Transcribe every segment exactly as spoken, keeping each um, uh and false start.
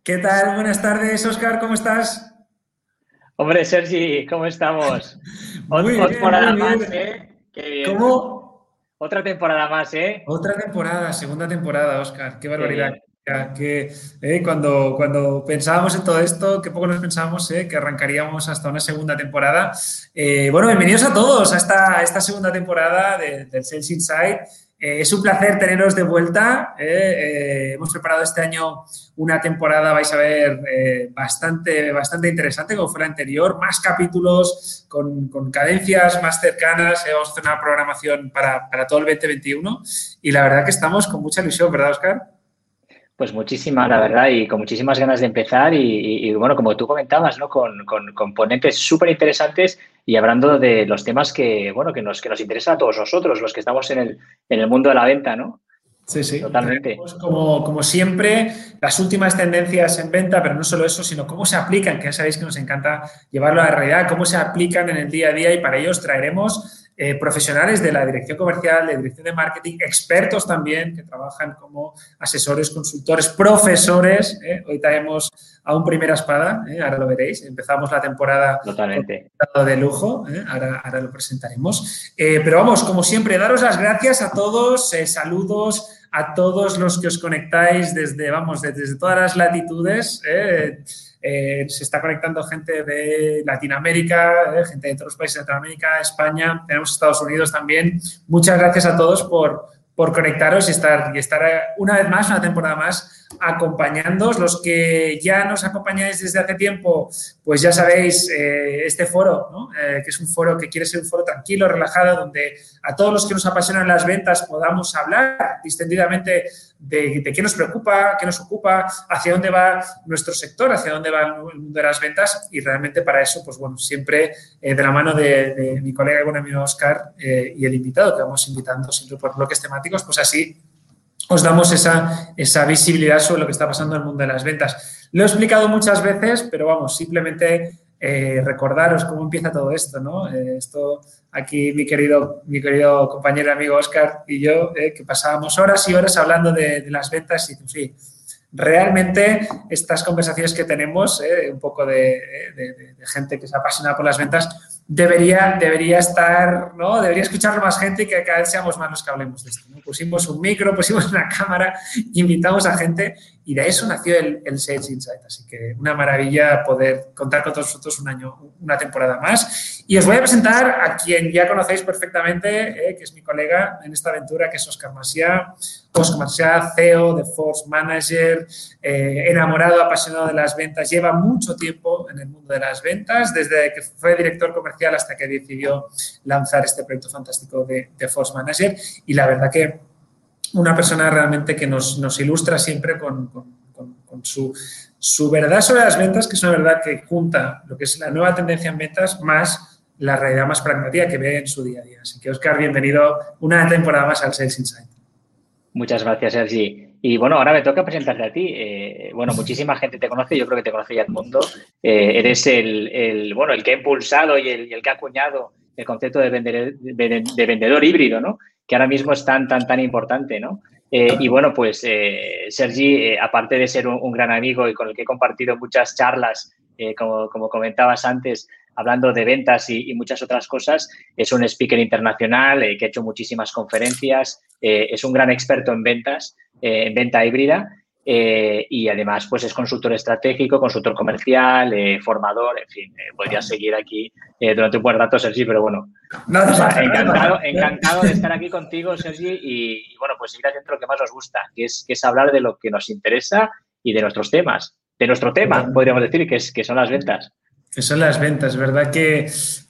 ¿Qué tal? Buenas tardes, Óscar, ¿cómo estás? Hombre, Sergi, ¿cómo estamos? Ot- Muy Otra bien, muy temporada más, bien. ¿eh? Qué bien. ¿Cómo? Otra temporada más, ¿eh? Otra temporada, segunda temporada, Óscar. Qué Qué barbaridad. bien. Ya Que, eh, cuando, cuando pensábamos en todo esto, qué poco nos pensábamos eh, que arrancaríamos hasta una segunda temporada. Eh, bueno, bienvenidos a todos a esta, a esta segunda temporada de- del Sales Insight. Eh, es un placer teneros de vuelta. eh. Eh, hemos preparado este año una temporada, vais a ver, eh, bastante, bastante interesante, como fue la anterior. Más capítulos, con, con cadencias más cercanas. Eh, vamos a hacer una programación para, para todo el dos mil veintiuno. Y la verdad que estamos con mucha ilusión, ¿verdad, Oscar? Pues muchísima, la verdad, y con muchísimas ganas de empezar. Y, y- y, bueno, como tú comentabas, ¿no? Con, con, con ponentes súper interesantes y hablando de los temas que, bueno, que nos, que nos interesan a todos nosotros, los que estamos en el, en el mundo de la venta, ¿no? Sí, sí. Totalmente. Traemos, como, como siempre, las últimas tendencias en venta, pero no solo eso, sino cómo se aplican, que ya sabéis que nos encanta llevarlo a la realidad, cómo se aplican en el día a día y para ellos traeremos eh, profesionales de la dirección comercial, de dirección de marketing, expertos también que trabajan como asesores, consultores, profesores. ¿eh? Hoy traemos a un primera espada, ¿eh? Ahora lo veréis. Empezamos la temporada con Totalmente. un invitado de lujo, ¿eh? ahora, ahora lo presentaremos. Eh, pero vamos, como siempre, daros las gracias a todos, eh, saludos a todos los que os conectáis desde, vamos, desde todas las latitudes. ¿eh? Eh, se está conectando gente de Latinoamérica, eh, gente de todos los países de Latinoamérica, España, tenemos Estados Unidos también. Muchas gracias a todos por, por conectaros y estar, y estar una vez más, una temporada más, acompañándoos. Los que ya nos acompañáis desde hace tiempo, pues ya sabéis, eh, este foro, ¿no? eh, que es un foro que quiere ser un foro tranquilo, relajado, donde a todos los que nos apasionan las ventas podamos hablar distendidamente de, de qué nos preocupa, qué nos ocupa, hacia dónde va nuestro sector, hacia dónde va el mundo de las ventas y realmente para eso, pues bueno, siempre eh, de la mano de, de mi colega y buen amigo Óscar eh, y el invitado que vamos invitando siempre por bloques temáticos, pues así os damos esa, esa visibilidad sobre lo que está pasando en el mundo de las ventas. Lo he explicado muchas veces, pero vamos, simplemente eh, recordaros cómo empieza todo esto, ¿no? Eh, esto aquí mi querido, mi querido compañero y amigo Óscar y yo, eh, que pasábamos horas y horas hablando de, de las ventas y, en fin, realmente estas conversaciones que tenemos, eh, un poco de, de, de, de gente que se apasiona por las ventas, debería, debería estar, ¿no? Debería escucharlo más gente y que cada vez seamos más los que hablemos de esto, ¿no? Pusimos un micro, pusimos una cámara, invitamos a gente y de eso nació el, el Sales Insight. Así que una maravilla poder contar con todos vosotros un año, una temporada más. Y os voy a presentar a quien ya conocéis perfectamente, eh, que es mi colega en esta aventura, que es Óscar Macià. Óscar Macià, C E O de Force Manager, eh, enamorado, apasionado de las ventas, lleva mucho tiempo en el mundo de las ventas, desde que fue director comercial hasta que decidió lanzar este proyecto fantástico de, de Force Manager. Y la verdad que una persona realmente que nos, nos ilustra siempre con, con, con, con su, su verdad sobre las ventas, que es una verdad que junta lo que es la nueva tendencia en ventas más la realidad más pragmática que ve en su día a día. Así que, Óscar, bienvenido una temporada más al Sales Insight. Muchas gracias, Sergi. Y bueno, ahora me toca presentarte a ti. Eh, bueno, muchísima gente te conoce, yo creo que te conoce ya el mundo. Eh, eres el, el, bueno, el que ha impulsado y el, y el que ha acuñado el concepto de, vender, de, de vendedor híbrido, ¿no? Que ahora mismo es tan, tan, tan importante, ¿no? Eh, y bueno, pues eh, Sergi, eh, aparte de ser un, un, gran amigo y con el que he compartido muchas charlas, eh, como, como comentabas antes, hablando de ventas y, y muchas otras cosas, es un speaker internacional eh, que ha hecho muchísimas conferencias, eh, es un gran experto en ventas, eh, en venta híbrida eh, y además pues es consultor estratégico, consultor comercial, eh, formador, en fin, eh, podría seguir aquí eh, durante un buen rato, Sergi, pero bueno, No hace o sea, falta, no hace encantado, falta. encantado de estar aquí contigo, Sergi, y, y bueno, pues seguir haciendo lo que más nos gusta, que es, que es hablar de lo que nos interesa y de nuestros temas, de nuestro tema, Totalmente. podríamos decir, que, es, que son las ventas. Que son las ventas, ¿verdad? Que,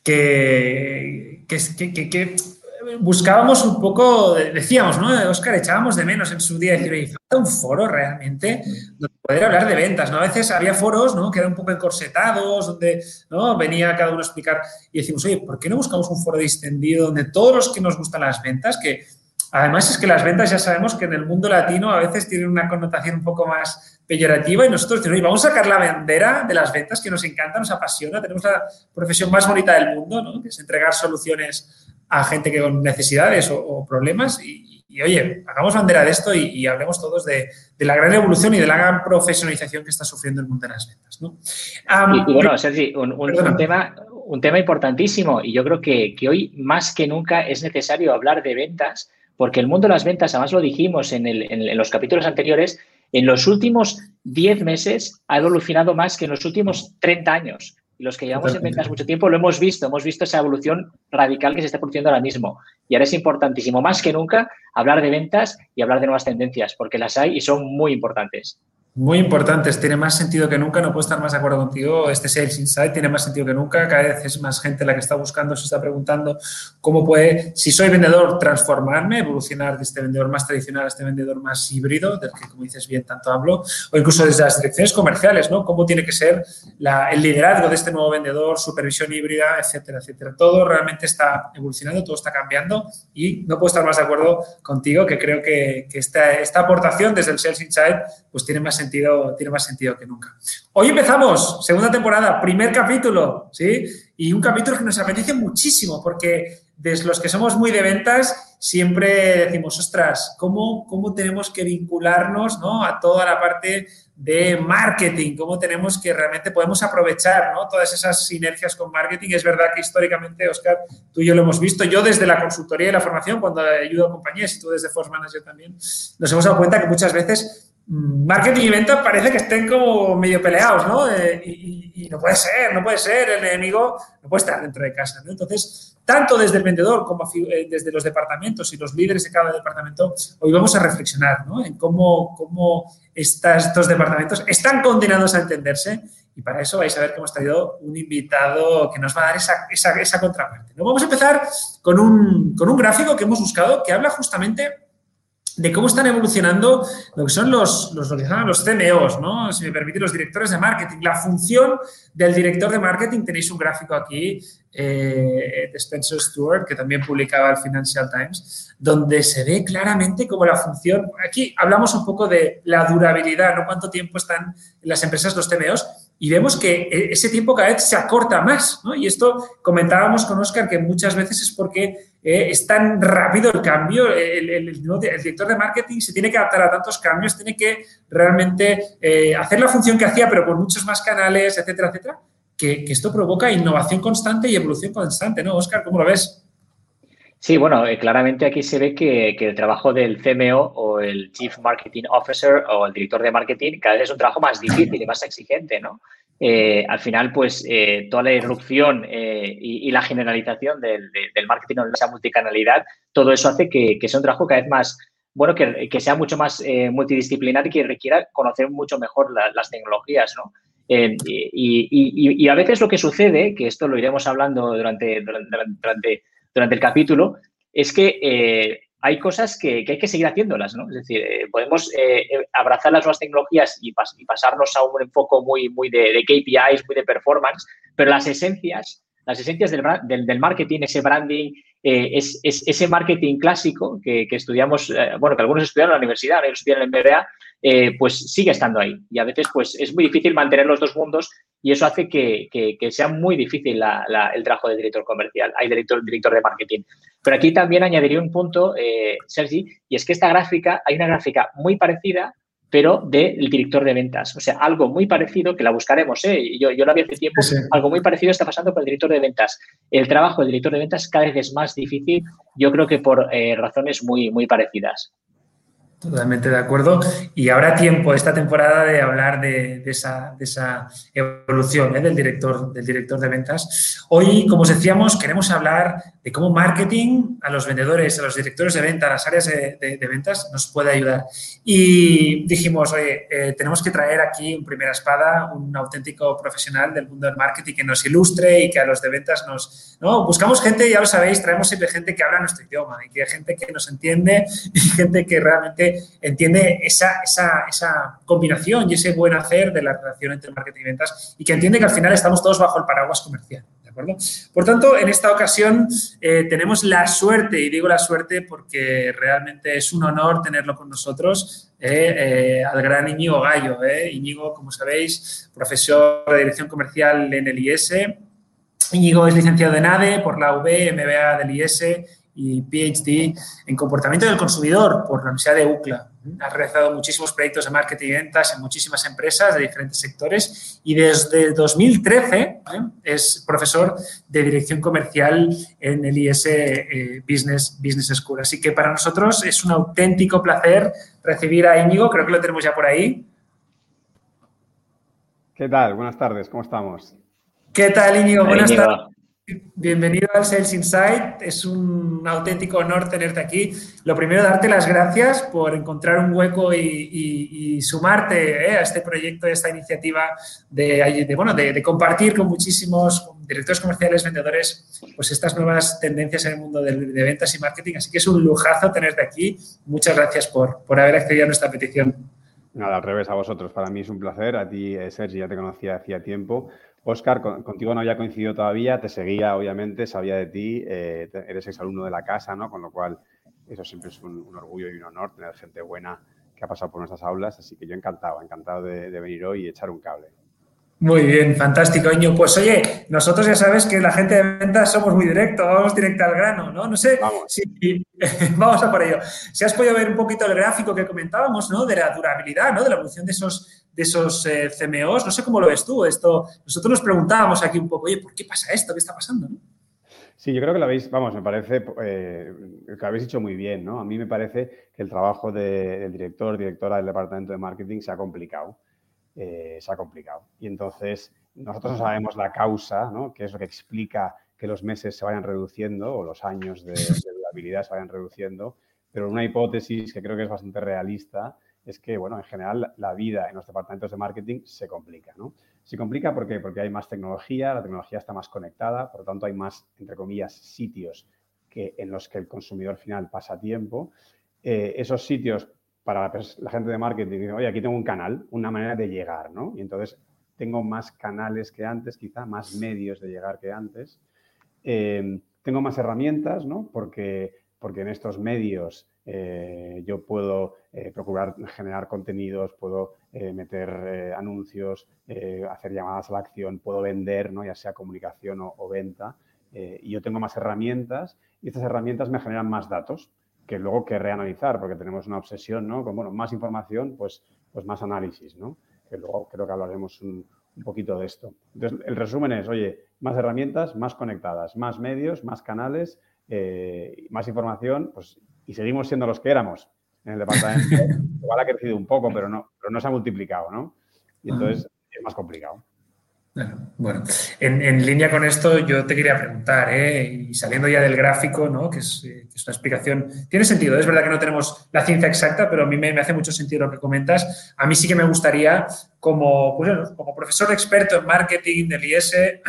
que, que, que, que buscábamos un poco, decíamos, ¿no? Óscar, echábamos de menos en su día decir, oye, falta un foro realmente donde poder hablar de ventas, ¿no? A veces había foros, ¿no? Que eran un poco encorsetados, donde, ¿no? Venía cada uno a explicar y decimos, oye, ¿por qué no buscamos un foro distendido donde todos los que nos gustan las ventas, que además es que las ventas ya sabemos que en el mundo latino a veces tienen una connotación un poco más peyorativa y nosotros decimos, oye, vamos a sacar la bandera de las ventas que nos encanta, nos apasiona, tenemos la profesión más bonita del mundo, ¿no? Que es entregar soluciones a gente que con necesidades o, o problemas y, y, oye, hagamos bandera de esto y, y hablemos todos de, de la gran evolución y de la gran profesionalización que está sufriendo el mundo de las ventas, ¿no? Um, y, y bueno, Sergi, un, un, un, tema, un tema importantísimo, y yo creo que, que hoy más que nunca es necesario hablar de ventas, porque el mundo de las ventas, además lo dijimos en, el, en, en los capítulos anteriores, en los últimos diez meses ha evolucionado más que en los últimos treinta años. Y los que llevamos en ventas mucho tiempo lo hemos visto, hemos visto esa evolución radical que se está produciendo ahora mismo. Y ahora es importantísimo, más que nunca, hablar de ventas y hablar de nuevas tendencias, porque las hay y son muy importantes. Muy importantes, tiene más sentido que nunca, no puedo estar más de acuerdo contigo, este Sales Insight tiene más sentido que nunca, cada vez es más gente la que está buscando, se está preguntando cómo puede, si soy vendedor, transformarme, evolucionar de este vendedor más tradicional a este vendedor más híbrido, del que, como dices bien, tanto hablo, o incluso desde las direcciones comerciales, ¿no? Cómo tiene que ser la, el liderazgo de este nuevo vendedor, supervisión híbrida, etcétera, etcétera. Todo realmente está evolucionando, todo está cambiando y no puedo estar más de acuerdo contigo, que creo que, que esta, esta aportación desde el Sales Insight pues tiene más Sentido, tiene más sentido que nunca. Hoy empezamos, segunda temporada, primer capítulo, ¿sí? Y un capítulo que nos apetece muchísimo porque desde los que somos muy de ventas siempre decimos, ostras, ¿cómo, cómo tenemos que vincularnos, ¿no? A toda la parte de marketing, cómo tenemos que realmente podemos aprovechar, ¿no? Todas esas sinergias con marketing. Es verdad que históricamente, Óscar, tú y yo lo hemos visto, yo desde la consultoría y la formación, cuando ayudo a compañías y tú desde Force Manager también, nos hemos dado cuenta que muchas veces marketing y venta parece que estén como medio peleados, ¿no? Eh, y, y no puede ser, no puede ser, el enemigo no puede estar dentro de casa, ¿no? Entonces, tanto desde el vendedor como eh, desde los departamentos y los líderes de cada departamento, hoy vamos a reflexionar, ¿no? En cómo, cómo estas, estos departamentos están condenados a entenderse y para eso vais a ver que hemos traído un invitado que nos va a dar esa, esa, esa contraparte, ¿no? Vamos a empezar con un, con un gráfico que hemos buscado que habla justamente de cómo están evolucionando lo que son los, los, lo que llaman los C M Os, ¿no? Si me permite, los directores de marketing. La función del director de marketing, tenéis un gráfico aquí eh, de Spencer Stuart, que también publicaba el Financial Times, donde se ve claramente cómo la función... Aquí hablamos un poco de la durabilidad, ¿no? Cuánto tiempo están en las empresas los C M Os y vemos que ese tiempo cada vez se acorta más, ¿no? Y esto comentábamos con Óscar que muchas veces es porque eh, es tan rápido el cambio, el, el, el, el director de marketing se tiene que adaptar a tantos cambios, tiene que realmente eh, hacer la función que hacía, pero con muchos más canales, etcétera, etcétera, que, que esto provoca innovación constante y evolución constante, ¿no? Óscar, ¿cómo lo ves? Sí, bueno, eh, claramente aquí se ve que, que el trabajo del C M O o el Chief Marketing Officer o el director de marketing cada vez es un trabajo más difícil y más exigente, ¿no? Eh, al final, pues, eh, toda la irrupción eh, y, y la generalización del, de, del marketing o esa multicanalidad, todo eso hace que, que sea un trabajo cada vez más, bueno, que, que sea mucho más eh, multidisciplinar y que requiera conocer mucho mejor la, las tecnologías, ¿no? Eh, y, y, y a veces lo que sucede, que esto lo iremos hablando durante, durante, durante durante el capítulo, es que eh, hay cosas que, que hay que seguir haciéndolas, ¿no? Es decir, eh, podemos eh, abrazar las nuevas tecnologías y, pas y pasarnos a un enfoque muy, muy de, de K P Is, muy de performance, pero las esencias, las esencias del, del, del marketing, ese branding, eh, es, es, ese marketing clásico que, que estudiamos, eh, bueno, que algunos estudiaron en la universidad, otros estudian en el M B A, eh, pues sigue estando ahí. Y a veces, pues, es muy difícil mantener los dos mundos y eso hace que, que, que sea muy difícil la, la, el trabajo de director comercial, hay director, director de marketing. Pero aquí también añadiría un punto, eh, Sergi, y es que esta gráfica, hay una gráfica muy parecida, pero del director de ventas. O sea, algo muy parecido, que la buscaremos, ¿eh? Yo, yo la vi hace tiempo, sí. Algo muy parecido está pasando con el director de ventas. El trabajo del director de ventas cada vez es más difícil, yo creo que por eh, razones muy, muy parecidas. Totalmente de acuerdo. Y habrá tiempo esta temporada de hablar de, de, esa, de esa evolución, ¿eh? del, director, del director de ventas. Hoy, como os decíamos, queremos hablar de cómo marketing a los vendedores, a los directores de venta, a las áreas de, de, de ventas nos puede ayudar. Y dijimos, oye, eh, tenemos que traer aquí un primera espada, un auténtico profesional del mundo del marketing que nos ilustre y que a los de ventas nos... ¿no? Buscamos gente, ya lo sabéis, traemos siempre gente que habla nuestro idioma y que gente que nos entiende y gente que realmente entiende esa, esa, esa combinación y ese buen hacer de la relación entre marketing y ventas y que entiende que al final estamos todos bajo el paraguas comercial, ¿de acuerdo? Por tanto, en esta ocasión eh, tenemos la suerte, y digo la suerte porque realmente es un honor tenerlo con nosotros, eh, eh, al gran Íñigo Gallo. Eh. Íñigo, como sabéis, profesor de Dirección Comercial en el I E S. Íñigo es licenciado en A D E por la U B, M B A del I E S y P H D en comportamiento del consumidor por la Universidad de U C L A. Ha realizado muchísimos proyectos de marketing y ventas en muchísimas empresas de diferentes sectores y desde dos mil trece ¿eh? es profesor de dirección comercial en el I S eh, Business, Business School. Así que para nosotros es un auténtico placer recibir a Íñigo, creo que lo tenemos ya por ahí. ¿Qué tal? Buenas tardes, ¿cómo estamos? ¿Qué tal, Íñigo? Buenas Íñigo. tardes. Bienvenido al Sales Insight. Es un auténtico honor tenerte aquí. Lo primero, darte las gracias por encontrar un hueco y, y, y sumarte ¿eh? a este proyecto, a esta iniciativa de, de, bueno, de, de compartir con muchísimos directores comerciales, vendedores, pues estas nuevas tendencias en el mundo de, de ventas y marketing. Así que es un lujazo tenerte aquí. Muchas gracias por, por haber accedido a nuestra petición. Nada, al revés, a vosotros. Para mí es un placer. A ti, Sergi, ya te conocía hacía tiempo. Óscar, contigo no había coincidido todavía, te seguía, obviamente, sabía de ti, eh, eres exalumno de la casa, ¿no? Con lo cual, eso siempre es un, un orgullo y un honor tener gente buena que ha pasado por nuestras aulas. Así que yo encantado, encantado de, de venir hoy y echar un cable. Muy bien, fantástico, Íñigo. Pues oye, nosotros ya sabes que la gente de ventas somos muy directos, vamos directo al grano, ¿no? No sé vamos. si... vamos a por ello. Si has podido ver un poquito el gráfico que comentábamos, ¿no? De la durabilidad, ¿no? De la evolución de esos, de esos eh, C M Os. No sé cómo lo ves tú. Esto, nosotros nos preguntábamos aquí un poco, oye, ¿por qué pasa esto? ¿Qué está pasando? ¿No? Sí, yo creo que lo habéis, vamos, me parece eh, que lo habéis hecho muy bien, ¿no? A mí me parece que el trabajo de, del director, directora del departamento de marketing se ha complicado. Eh, se ha complicado. Y entonces, nosotros no sabemos la causa, ¿no? Qué es lo que explica que los meses se vayan reduciendo o los años de, de durabilidad se vayan reduciendo, pero una hipótesis que creo que es bastante realista es que, bueno, en general la vida en los departamentos de marketing se complica, ¿no? Se complica ¿por qué? Porque hay más tecnología, la tecnología está más conectada, por lo tanto hay más, entre comillas, sitios que, en los que el consumidor final pasa tiempo. Eh, esos sitios para la, la gente de marketing, oye, aquí tengo un canal, una manera de llegar, ¿no? Y entonces tengo más canales que antes, quizá, más medios de llegar que antes. Eh, tengo más herramientas, ¿no? Porque, porque en estos medios eh, yo puedo eh, procurar generar contenidos, puedo eh, meter eh, anuncios, eh, hacer llamadas a la acción, puedo vender, ¿no? Ya sea comunicación o, o venta. Eh, y yo tengo más herramientas y estas herramientas me generan más datos que luego que reanalizar, porque tenemos una obsesión, ¿no? Con, bueno, más información, pues, pues más análisis, ¿no? Que luego creo que hablaremos un, un poquito de esto. Entonces, el resumen es, oye, más herramientas, más conectadas, más medios, más canales, eh, más información, pues, y seguimos siendo los que éramos en el departamento. Igual ha crecido un poco, pero no, pero no se ha multiplicado, ¿no? Y entonces es más complicado. Bueno, en, en línea con esto yo te quería preguntar, ¿eh? Y saliendo ya del gráfico, ¿no? Que es, eh, que es una explicación, tiene sentido, es verdad que no tenemos la ciencia exacta, pero a mí me, me hace mucho sentido lo que comentas. A mí sí que me gustaría, como, pues, como profesor experto en marketing del I S,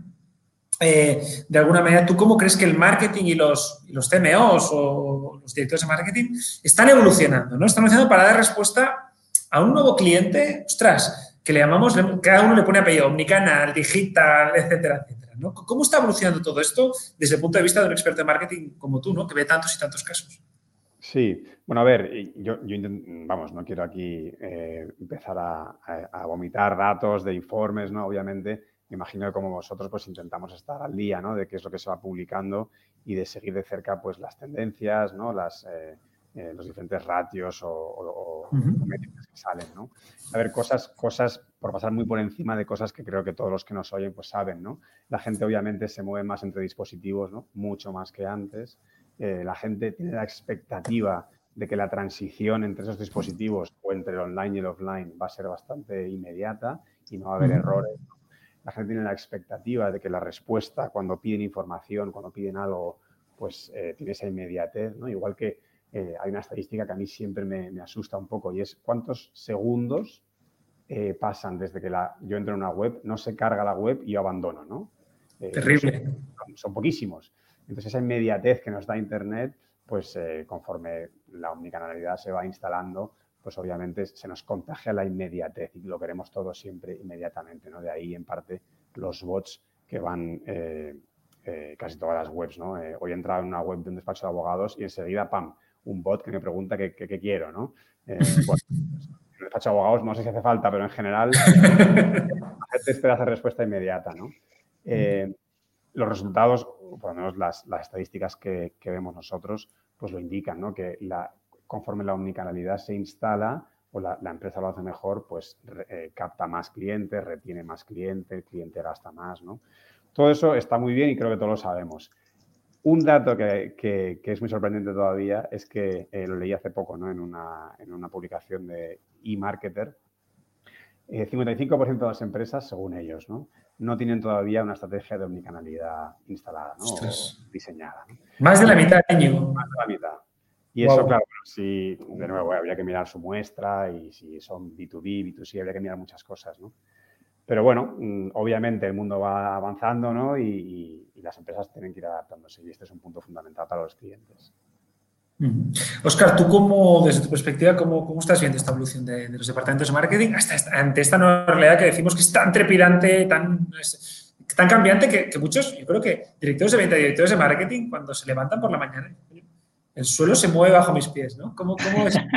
eh, de alguna manera, ¿tú cómo crees que el marketing y los, y los C M Os o los directores de marketing están evolucionando, ¿no? Están evolucionando para dar respuesta a un nuevo cliente, ostras, que le llamamos, cada uno le pone apellido, omnicanal, digital, etcétera, etcétera, ¿no? ¿Cómo está evolucionando todo esto desde el punto de vista de un experto de marketing como tú, ¿no? Que ve tantos y tantos casos? Sí, bueno, a ver, yo, yo vamos, no quiero aquí eh, empezar a, a, a vomitar datos de informes, ¿no? Obviamente, me imagino que como vosotros, pues intentamos estar al día, ¿no? De qué es lo que se va publicando y de seguir de cerca, pues, las tendencias, ¿no? Las... Eh, Eh, los diferentes ratios o, o, uh-huh. o métricas que salen, ¿no? A ver, cosas, cosas, por pasar muy por encima de cosas que creo que todos los que nos oyen pues saben, ¿no? La gente obviamente se mueve más entre dispositivos, ¿no? Mucho más que antes. Eh, la gente tiene la expectativa de que la transición entre esos dispositivos o entre el online y el offline va a ser bastante inmediata y no va a haber uh-huh. errores, ¿no? La gente tiene la expectativa de que la respuesta cuando piden información, cuando piden algo, pues eh, tiene esa inmediatez, ¿no? Igual que Eh, hay una estadística que a mí siempre me, me asusta un poco y es cuántos segundos eh, pasan desde que la, yo entro en una web, no se carga la web y yo abandono, ¿no? Eh, Terrible. Son, son poquísimos. Entonces, esa inmediatez que nos da Internet, pues eh, conforme la omnicanalidad se va instalando, pues obviamente se nos contagia la inmediatez y lo queremos todo siempre inmediatamente, ¿no? De ahí, en parte, los bots que van... Eh, eh, casi todas las webs, ¿no? Eh, hoy he entrado en una web de un despacho de abogados y enseguida, ¡pam!, un bot que me pregunta qué, qué, qué quiero, ¿no? Eh, bueno, pues, en el despacho de abogados no sé si hace falta, pero en general la gente espera hacer respuesta inmediata, ¿no? Eh, los resultados por lo menos las, las estadísticas que, que vemos nosotros, pues lo indican, ¿no? Que la, conforme la omnicanalidad se instala o la, la empresa lo hace mejor, pues eh, capta más clientes, retiene más clientes, el cliente gasta más, ¿no? Todo eso está muy bien y creo que todos lo sabemos. Un dato que, que, que es muy sorprendente todavía es que eh, lo leí hace poco, ¿no? en, una, en una publicación de eMarketer. Eh, cincuenta y cinco por ciento de las empresas, según ellos, ¿no? no tienen todavía una estrategia de omnicanalidad instalada, ¿no? o diseñada, ¿no? Más de la mitad, Íñigo. Más de la mitad. Y wow. Eso, claro, si, de nuevo, habría que mirar su muestra y si son B dos B, B dos C, habría que mirar muchas cosas, ¿no? Pero bueno, obviamente el mundo va avanzando, ¿no? Y, y, y las empresas tienen que ir adaptándose y este es un punto fundamental para los clientes. Óscar, tú cómo, desde tu perspectiva, ¿cómo, cómo estás viendo esta evolución de, de los departamentos de marketing hasta esta, ante esta nueva realidad que decimos que es tan trepidante, tan, es, tan cambiante que, que muchos, yo creo que directores de venta y directores de marketing, cuando se levantan por la mañana, el suelo se mueve bajo mis pies, ¿no? ¿Cómo, cómo es?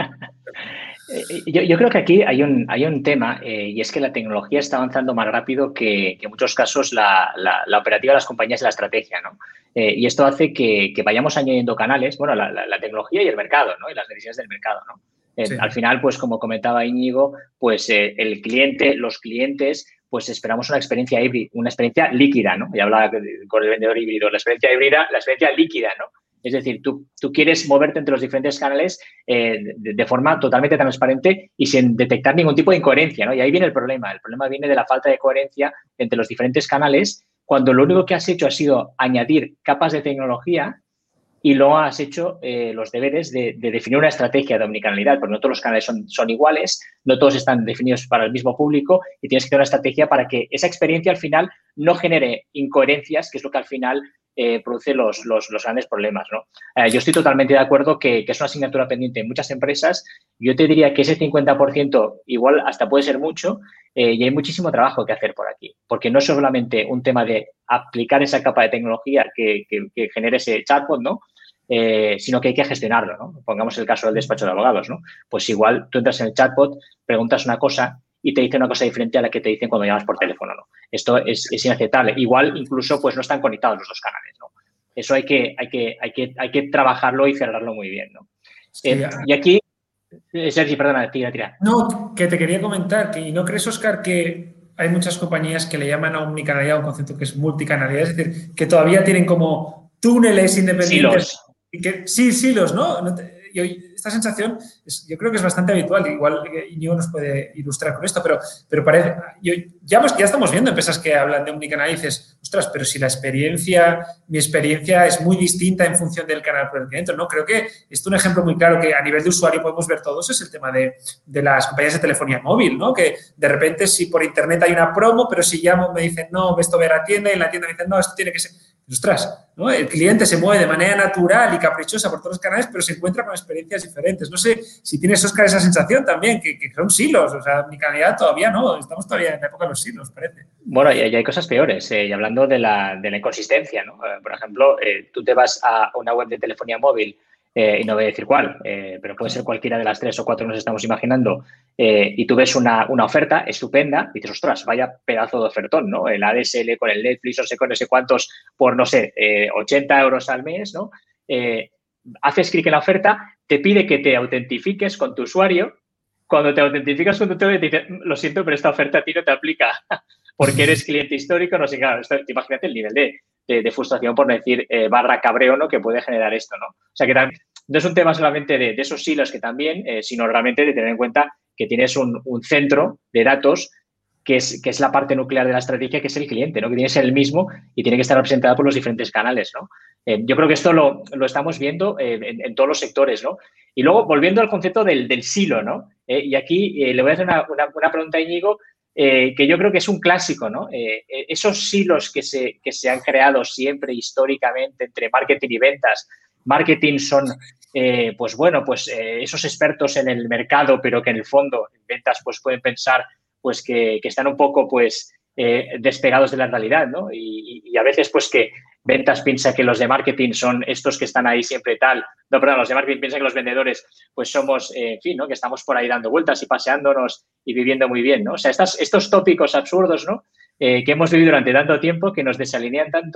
Yo, yo creo que aquí hay un, hay un tema eh, y es que la tecnología está avanzando más rápido que, que en muchos casos la, la, la operativa de las compañías y la estrategia, ¿no? Eh, y esto hace que, que vayamos añadiendo canales, bueno, la, la, la tecnología y el mercado, ¿no? Y las necesidades del mercado, ¿no? Eh, sí. Al final, pues como comentaba Íñigo, pues eh, el cliente, los clientes, pues esperamos una experiencia híbrida, una experiencia líquida, ¿no? Ya hablaba con el vendedor híbrido, la experiencia híbrida, la experiencia líquida, ¿no? Es decir, tú, tú quieres moverte entre los diferentes canales eh, de, de forma totalmente transparente y sin detectar ningún tipo de incoherencia, ¿no? Y ahí viene el problema. El problema viene de la falta de coherencia entre los diferentes canales cuando lo único que has hecho ha sido añadir capas de tecnología y luego has hecho eh, los deberes de, de definir una estrategia de omnicanalidad, porque no todos los canales son, son iguales, no todos están definidos para el mismo público y tienes que tener una estrategia para que esa experiencia al final no genere incoherencias, que es lo que al final Eh, produce los, los, los grandes problemas, ¿no? Eh, yo estoy totalmente de acuerdo que, que es una asignatura pendiente en muchas empresas. Yo te diría que ese cincuenta por ciento igual hasta puede ser mucho eh, y hay muchísimo trabajo que hacer por aquí, porque no es solamente un tema de aplicar esa capa de tecnología que, que, que genere ese chatbot, ¿no? Eh, sino que hay que gestionarlo, ¿no? Pongamos el caso del despacho de abogados, ¿no? Pues igual tú entras en el chatbot, preguntas una cosa y te dice una cosa diferente a la que te dicen cuando llamas por teléfono, ¿no? Esto es, es inaceptable. Igual incluso pues no están conectados los dos canales, ¿no? Eso hay que, hay que, hay que, hay que trabajarlo y cerrarlo muy bien, ¿no? Sí, eh, y aquí, Sergi, perdona, tira, tira. No, que te quería comentar, que ¿no crees, Óscar, que hay muchas compañías que le llaman a omnicanalidad un concepto que es multicanalidad, es decir, que todavía tienen como túneles independientes? Silos. Y que, sí, silos, ¿no? no te, y esta sensación es, yo creo que es bastante habitual, igual Íñigo nos puede ilustrar con esto, pero, pero parece, yo, ya, ya estamos viendo empresas que hablan de omnicanal y dices, ostras, pero si la experiencia, mi experiencia es muy distinta en función del canal por el que entro, ¿no? Creo que esto es un ejemplo muy claro que a nivel de usuario podemos ver todos, es el tema de, de las compañías de telefonía móvil, ¿no? Que de repente si por internet hay una promo, pero si llamo me dicen, no, esto ve a la tienda y en la tienda me dicen, no, esto tiene que ser... Ostras, ¿no? El cliente se mueve de manera natural y caprichosa por todos los canales, pero se encuentra con experiencias diferentes. No sé si tienes, Óscar, esa sensación también, que, que son silos. O sea, omnicanalidad todavía no. Estamos todavía en la época de los silos, parece. Bueno, y, y hay cosas peores. Eh, y hablando de la, de la inconsistencia, ¿no? Eh, por ejemplo, eh, tú te vas a una web de telefonía móvil eh, y no voy a decir cuál, eh, pero puede ser cualquiera de las tres o cuatro que nos estamos imaginando, eh, y tú ves una, una oferta estupenda y dices, ostras, vaya pedazo de ofertón, ¿no? El A D S L con el Netflix, no sé con no sé cuántos, por, no sé, eh, ochenta euros al mes, ¿no? Eh, haces clic en la oferta, te pide que te autentifiques con tu usuario. Cuando te autentificas con tu usuario, te dice, lo siento, pero esta oferta a ti no te aplica porque eres cliente histórico, no sé, claro, esto, imagínate el nivel de, de, de frustración, por no decir eh, barra cabreo, ¿no? Que puede generar esto, ¿no? O sea, que también, no es un tema solamente de, de esos silos que también, eh, sino realmente de tener en cuenta que tienes un, un centro de datos que es, que es la parte nuclear de la estrategia, que es el cliente, ¿no? Que tiene que ser el mismo y tiene que estar representado por los diferentes canales, ¿no? Eh, yo creo que esto lo, lo estamos viendo eh, en, en todos los sectores, ¿no? Y luego, volviendo al concepto del, del silo, ¿no? Eh, y aquí eh, le voy a hacer una, una, una pregunta a Íñigo, eh, que yo creo que es un clásico, ¿no? Eh, esos silos que se, que se han creado siempre históricamente entre marketing y ventas. Marketing son, eh, pues bueno, pues eh, esos expertos en el mercado, pero que en el fondo, en ventas, pues pueden pensar pues que, que están un poco, pues, eh, despegados de la realidad, ¿no? Y, y a veces, pues, que ventas piensa que los de marketing son estos que están ahí siempre tal. No, perdón, los de marketing piensan que los vendedores, pues, somos, eh, en fin, ¿no? Que estamos por ahí dando vueltas y paseándonos y viviendo muy bien, ¿no? O sea, estas, estos tópicos absurdos, ¿no? Eh, que hemos vivido durante tanto tiempo que nos desalinean tanto,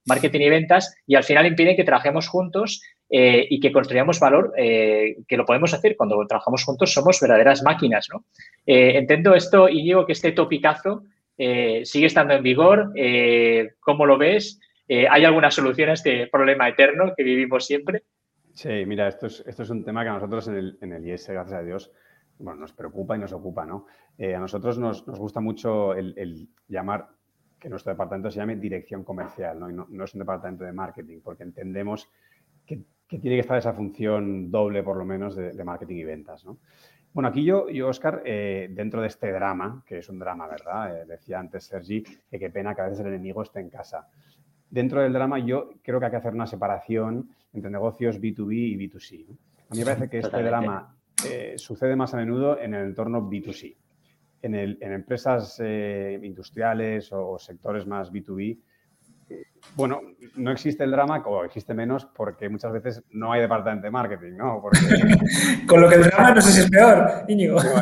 marketing y ventas, y al final impiden que trabajemos juntos eh, y que construyamos valor, eh, que lo podemos hacer cuando trabajamos juntos, somos verdaderas máquinas, ¿no? Eh, entiendo esto, Íñigo, que este topicazo eh, sigue estando en vigor. Eh, ¿Cómo lo ves? Eh, ¿Hay alguna solución a este problema eterno que vivimos siempre? Sí, mira, esto es, esto es un tema que a nosotros en el, en el I E S, gracias a Dios, bueno, nos preocupa y nos ocupa, ¿no? Eh, a nosotros nos, nos gusta mucho el, el llamar, que nuestro departamento se llame dirección comercial, ¿no? Y no, no es un departamento de marketing, porque entendemos que, que tiene que estar esa función doble, por lo menos, de, de marketing y ventas, ¿no? Bueno, aquí yo, yo Óscar, eh, dentro de este drama, que es un drama, ¿verdad? Eh, decía antes Sergi que qué pena que a veces el enemigo esté en casa. Dentro del drama yo creo que hay que hacer una separación entre negocios B dos B y B dos C, ¿no? A mí me parece que este Totalmente. drama eh, sucede más a menudo en el entorno B dos C. En, el, en empresas eh, industriales o, o sectores más B dos B, eh, bueno, no existe el drama, o existe menos, porque muchas veces no hay departamento de marketing, ¿no? Porque, Con lo que el drama no sé si es peor, Íñigo. bueno,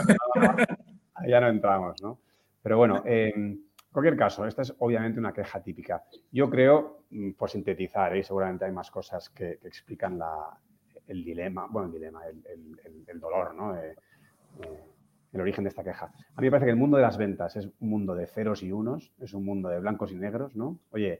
ahí ya no entramos, ¿no? Pero bueno, eh, en cualquier caso, esta es obviamente una queja típica. Yo creo, por sintetizar, y ¿eh? seguramente hay más cosas que, que explican la, el dilema, bueno, el dilema, el, el, el dolor, ¿no? Eh, eh, el origen de esta queja. A mí me parece que el mundo de las ventas es un mundo de ceros y unos, es un mundo de blancos y negros, ¿no? Oye,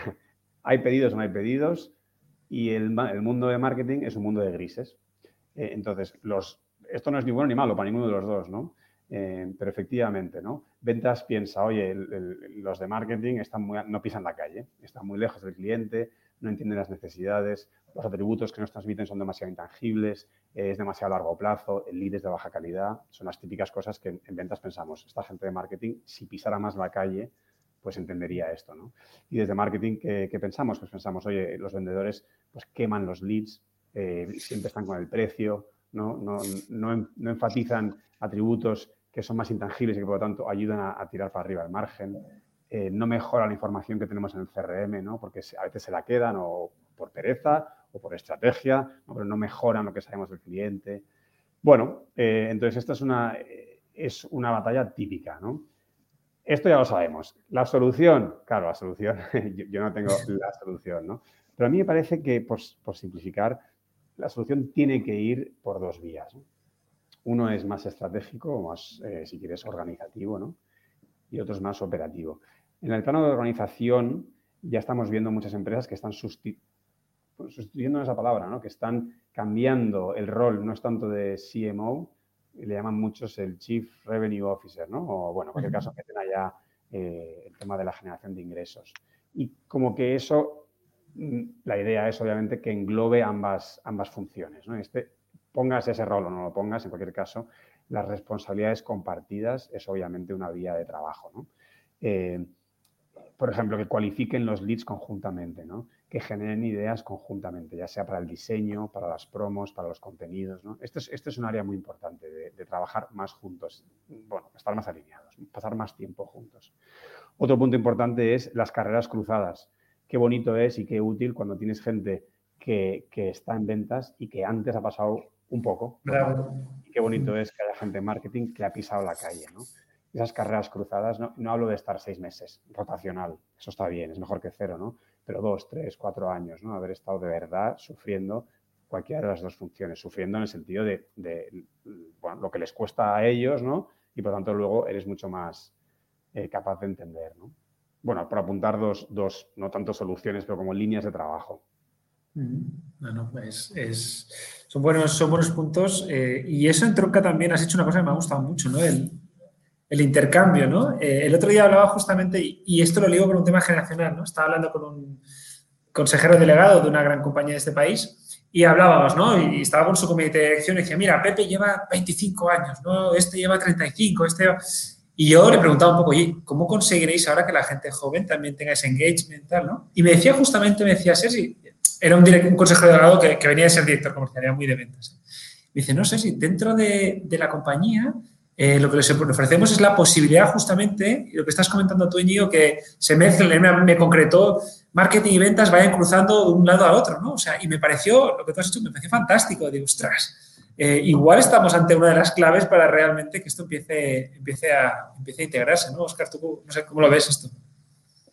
hay pedidos o no hay pedidos, y el, el mundo de marketing es un mundo de grises. Eh, entonces, los, esto no es ni bueno ni malo para ninguno de los dos, ¿no? Eh, pero efectivamente, ¿no? Ventas piensa, oye, el, el, los de marketing están muy, no pisan la calle, están muy lejos del cliente, no entienden las necesidades, los atributos que nos transmiten son demasiado intangibles, eh, es demasiado a largo plazo, el lead es de baja calidad, son las típicas cosas que en, en ventas pensamos. Esta gente de marketing, si pisara más la calle, pues entendería esto, ¿no? Y desde marketing, ¿qué, qué pensamos? Pues pensamos, oye, los vendedores pues queman los leads, eh, siempre están con el precio, ¿no? No, no, no enfatizan atributos que son más intangibles y que, por lo tanto, ayudan a, a tirar para arriba el margen. Eh, no mejora la información que tenemos en el C R M, ¿no? Porque a veces se la quedan o por pereza o por estrategia, ¿no? Pero no mejoran lo que sabemos del cliente. Bueno, eh, entonces esta es una, eh, es una batalla típica, ¿no? Esto ya lo sabemos. La solución, claro, la solución, yo, yo no tengo la solución, ¿no? Pero a mí me parece que, por, por simplificar, la solución tiene que ir por dos vías, ¿no? Uno es más estratégico, más, eh, si quieres, organizativo, ¿no? Y otro es más operativo. En el plano de organización ya estamos viendo muchas empresas que están sustitu sustituyendo esa palabra, ¿no? Que están cambiando el rol, no es tanto de C M O, le llaman muchos el Chief Revenue Officer, ¿no? O, bueno, en cualquier caso, meten allá eh, el tema de la generación de ingresos. Y como que eso, la idea es, obviamente, que englobe ambas, ambas funciones, ¿no? Este, pongas ese rol o no lo pongas, en cualquier caso, las responsabilidades compartidas es obviamente una vía de trabajo, ¿no? Eh, por ejemplo, que cualifiquen los leads conjuntamente, ¿no? Que generen ideas conjuntamente, ya sea para el diseño, para las promos, para los contenidos, ¿no? Esto es, esto es un área muy importante de, de trabajar más juntos, bueno, estar más alineados, pasar más tiempo juntos. Otro punto importante es las carreras cruzadas. Qué bonito es y qué útil cuando tienes gente que, que está en ventas y que antes ha pasado un poco. Bravo. Y qué bonito es que haya gente en marketing que ha pisado la calle, ¿no? Esas carreras cruzadas, no, no hablo de estar seis meses, rotacional, eso está bien, es mejor que cero, ¿no? Pero dos, tres, cuatro años, ¿no? Haber estado de verdad sufriendo cualquiera de las dos funciones, sufriendo en el sentido de, de bueno, lo que les cuesta a ellos, ¿no? Y por tanto luego eres mucho más eh, capaz de entender, ¿no? Bueno, por apuntar dos, dos, no tanto soluciones, pero como líneas de trabajo. Bueno, es, es, son, buenos, son buenos puntos eh, y eso entronca también, has hecho una cosa que me ha gustado mucho, ¿no? El, el intercambio, ¿no? Eh, el otro día hablaba justamente, y, y esto lo ligo con un tema generacional, ¿no? Estaba hablando con un consejero delegado de una gran compañía de este país y hablábamos, ¿no? Y estaba con su comité de dirección y decía, mira, Pepe lleva veinticinco años, ¿no? Este lleva treinta y cinco, este lleva... Y yo le preguntaba un poco, oye, ¿cómo conseguiréis ahora que la gente joven también tenga ese engagement, tal, ¿no? Y me decía justamente, me decía, Sergi, era un, direct, un consejero delegado que, que venía de ser director comercial, era muy de ventas. Me dice, no sé si dentro de, de la compañía eh, lo que les ofrecemos es la posibilidad justamente, y lo que estás comentando tú, Íñigo, que se mezclen, me, me concretó, marketing y ventas vayan cruzando de un lado al otro, ¿no? O sea, y me pareció, lo que tú has hecho, me pareció fantástico. Digo, ostras, eh, igual estamos ante una de las claves para realmente que esto empiece, empiece, a, empiece a integrarse, ¿no? Óscar, tú no sé cómo lo ves esto.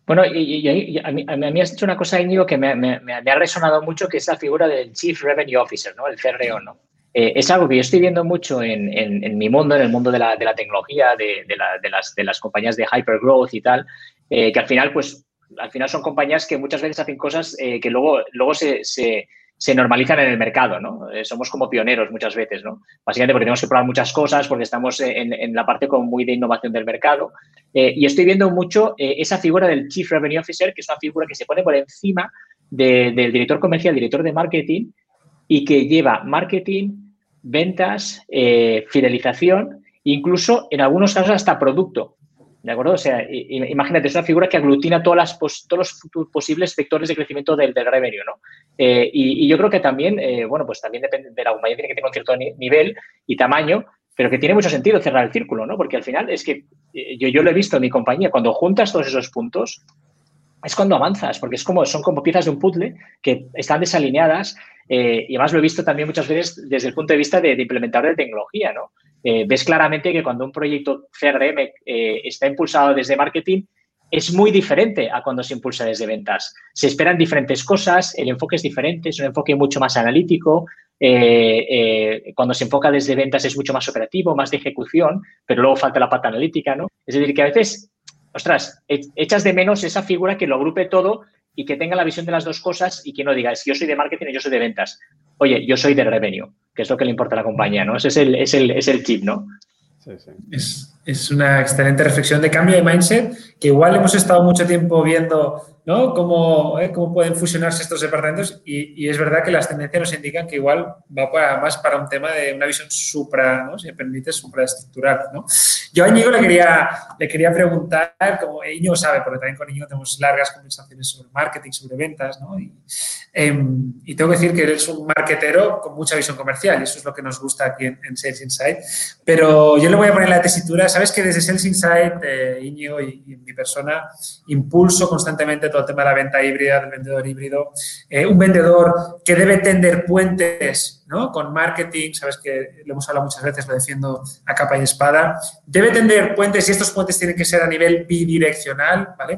Bueno, y, y, y a, mí, a mí has dicho una cosa, Íñigo, que me, me, me ha resonado mucho, que es la figura del Chief Revenue Officer, ¿no? El C R O, ¿no? Eh, es algo que yo estoy viendo mucho en, en, en mi mundo, en el mundo de la, de la tecnología, de, de, la, de, las, de las compañías de hypergrowth y tal, eh, que al final, pues, al final son compañías que muchas veces hacen cosas eh, que luego, luego se, se, se normalizan en el mercado, ¿no? Eh, somos como pioneros muchas veces, ¿no? Básicamente porque tenemos que probar muchas cosas, porque estamos en, en la parte como muy de innovación del mercado. Eh, y estoy viendo mucho eh, esa figura del Chief Revenue Officer, que es una figura que se pone por encima de, del director comercial, director de marketing, y que lleva marketing, ventas, eh, fidelización, incluso en algunos casos hasta producto. ¿De acuerdo? O sea, imagínate, es una figura que aglutina todas las, todos los posibles vectores de crecimiento del, del revenue, ¿no? Eh, y, y yo creo que también, eh, bueno, pues también depende de la compañía, tiene que tener un cierto nivel y tamaño, pero que tiene mucho sentido cerrar el círculo, ¿no? Porque al final es que eh, yo, yo lo he visto en mi compañía, cuando juntas todos esos puntos, es cuando avanzas, porque es como, son como piezas de un puzzle que están desalineadas eh, y además lo he visto también muchas veces desde el punto de vista de, de implementador de tecnología, ¿no? Eh, ves claramente que cuando un proyecto C R M eh, está impulsado desde marketing, es muy diferente a cuando se impulsa desde ventas. Se esperan diferentes cosas, el enfoque es diferente, es un enfoque mucho más analítico. Eh, eh, cuando se enfoca desde ventas es mucho más operativo, más de ejecución, pero luego falta la pata analítica, ¿no? Es decir, que a veces, ostras, echas de menos esa figura que lo agrupe todo y que tenga la visión de las dos cosas y que no diga, yo soy de marketing y yo soy de ventas. Oye, yo soy de revenue, que es lo que le importa a la compañía, ¿no? Ese es el, es el, es el chip, ¿no? Sí, sí. Es, es una excelente reflexión de cambio de mindset que igual hemos estado mucho tiempo viendo, ¿no? Cómo, eh, cómo pueden fusionarse estos departamentos y, y es verdad que las tendencias nos indican que igual va para, más para un tema de una visión supra, ¿no? Si me permite, supraestructural, ¿no? Yo a Íñigo le quería, le quería preguntar, como Íñigo sabe, porque también con Íñigo tenemos largas conversaciones sobre marketing, sobre ventas, ¿no? Y, eh, y tengo que decir que él es un marketero con mucha visión comercial y eso es lo que nos gusta aquí en, en Sales Insight. Pero yo le voy a poner la tesitura. Sabes que desde Sales Insight, eh, Íñigo y, y mi persona, impulso constantemente todo el tema de la venta híbrida, del vendedor híbrido. Eh, un vendedor que debe tender puentes, ¿no? Con marketing, sabes que lo hemos hablado muchas veces, lo defiendo a capa y espada. Debe tender puentes y estos puentes tienen que ser a nivel bidireccional, ¿vale?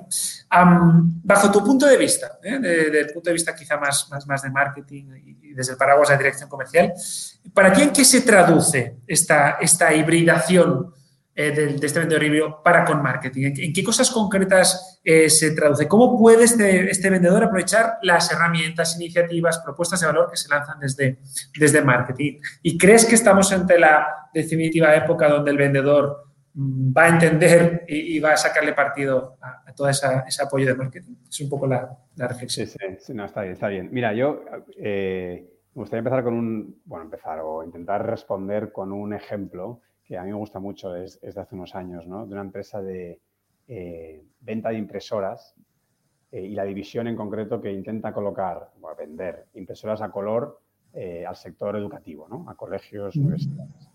Um, bajo tu punto de vista, ¿eh? Desde el punto de vista quizá más, más, más de marketing y, y desde el paraguas de dirección comercial, ¿para ti en qué se traduce esta, esta hibridación eh, de, de este vendedor híbrido para con marketing? ¿En, en qué cosas concretas eh, se traduce? ¿Cómo puede este, este vendedor aprovechar las herramientas, iniciativas, propuestas de valor que se lanzan desde, desde marketing? ¿Y crees que estamos ante la definitiva época donde el vendedor mmm, va a entender y, y va a sacarle partido a, a todo esa, ese apoyo de marketing? Es un poco la, la reflexión. Sí, sí, sí, no, está bien, está bien. Mira, yo... Eh... Me gustaría empezar con un, bueno, empezar o intentar responder con un ejemplo que a mí me gusta mucho, es, es de hace unos años, ¿no? De una empresa de eh, venta de impresoras eh, y la división en concreto que intenta colocar, bueno, vender impresoras a color eh, al sector educativo, ¿no? A colegios, universidades.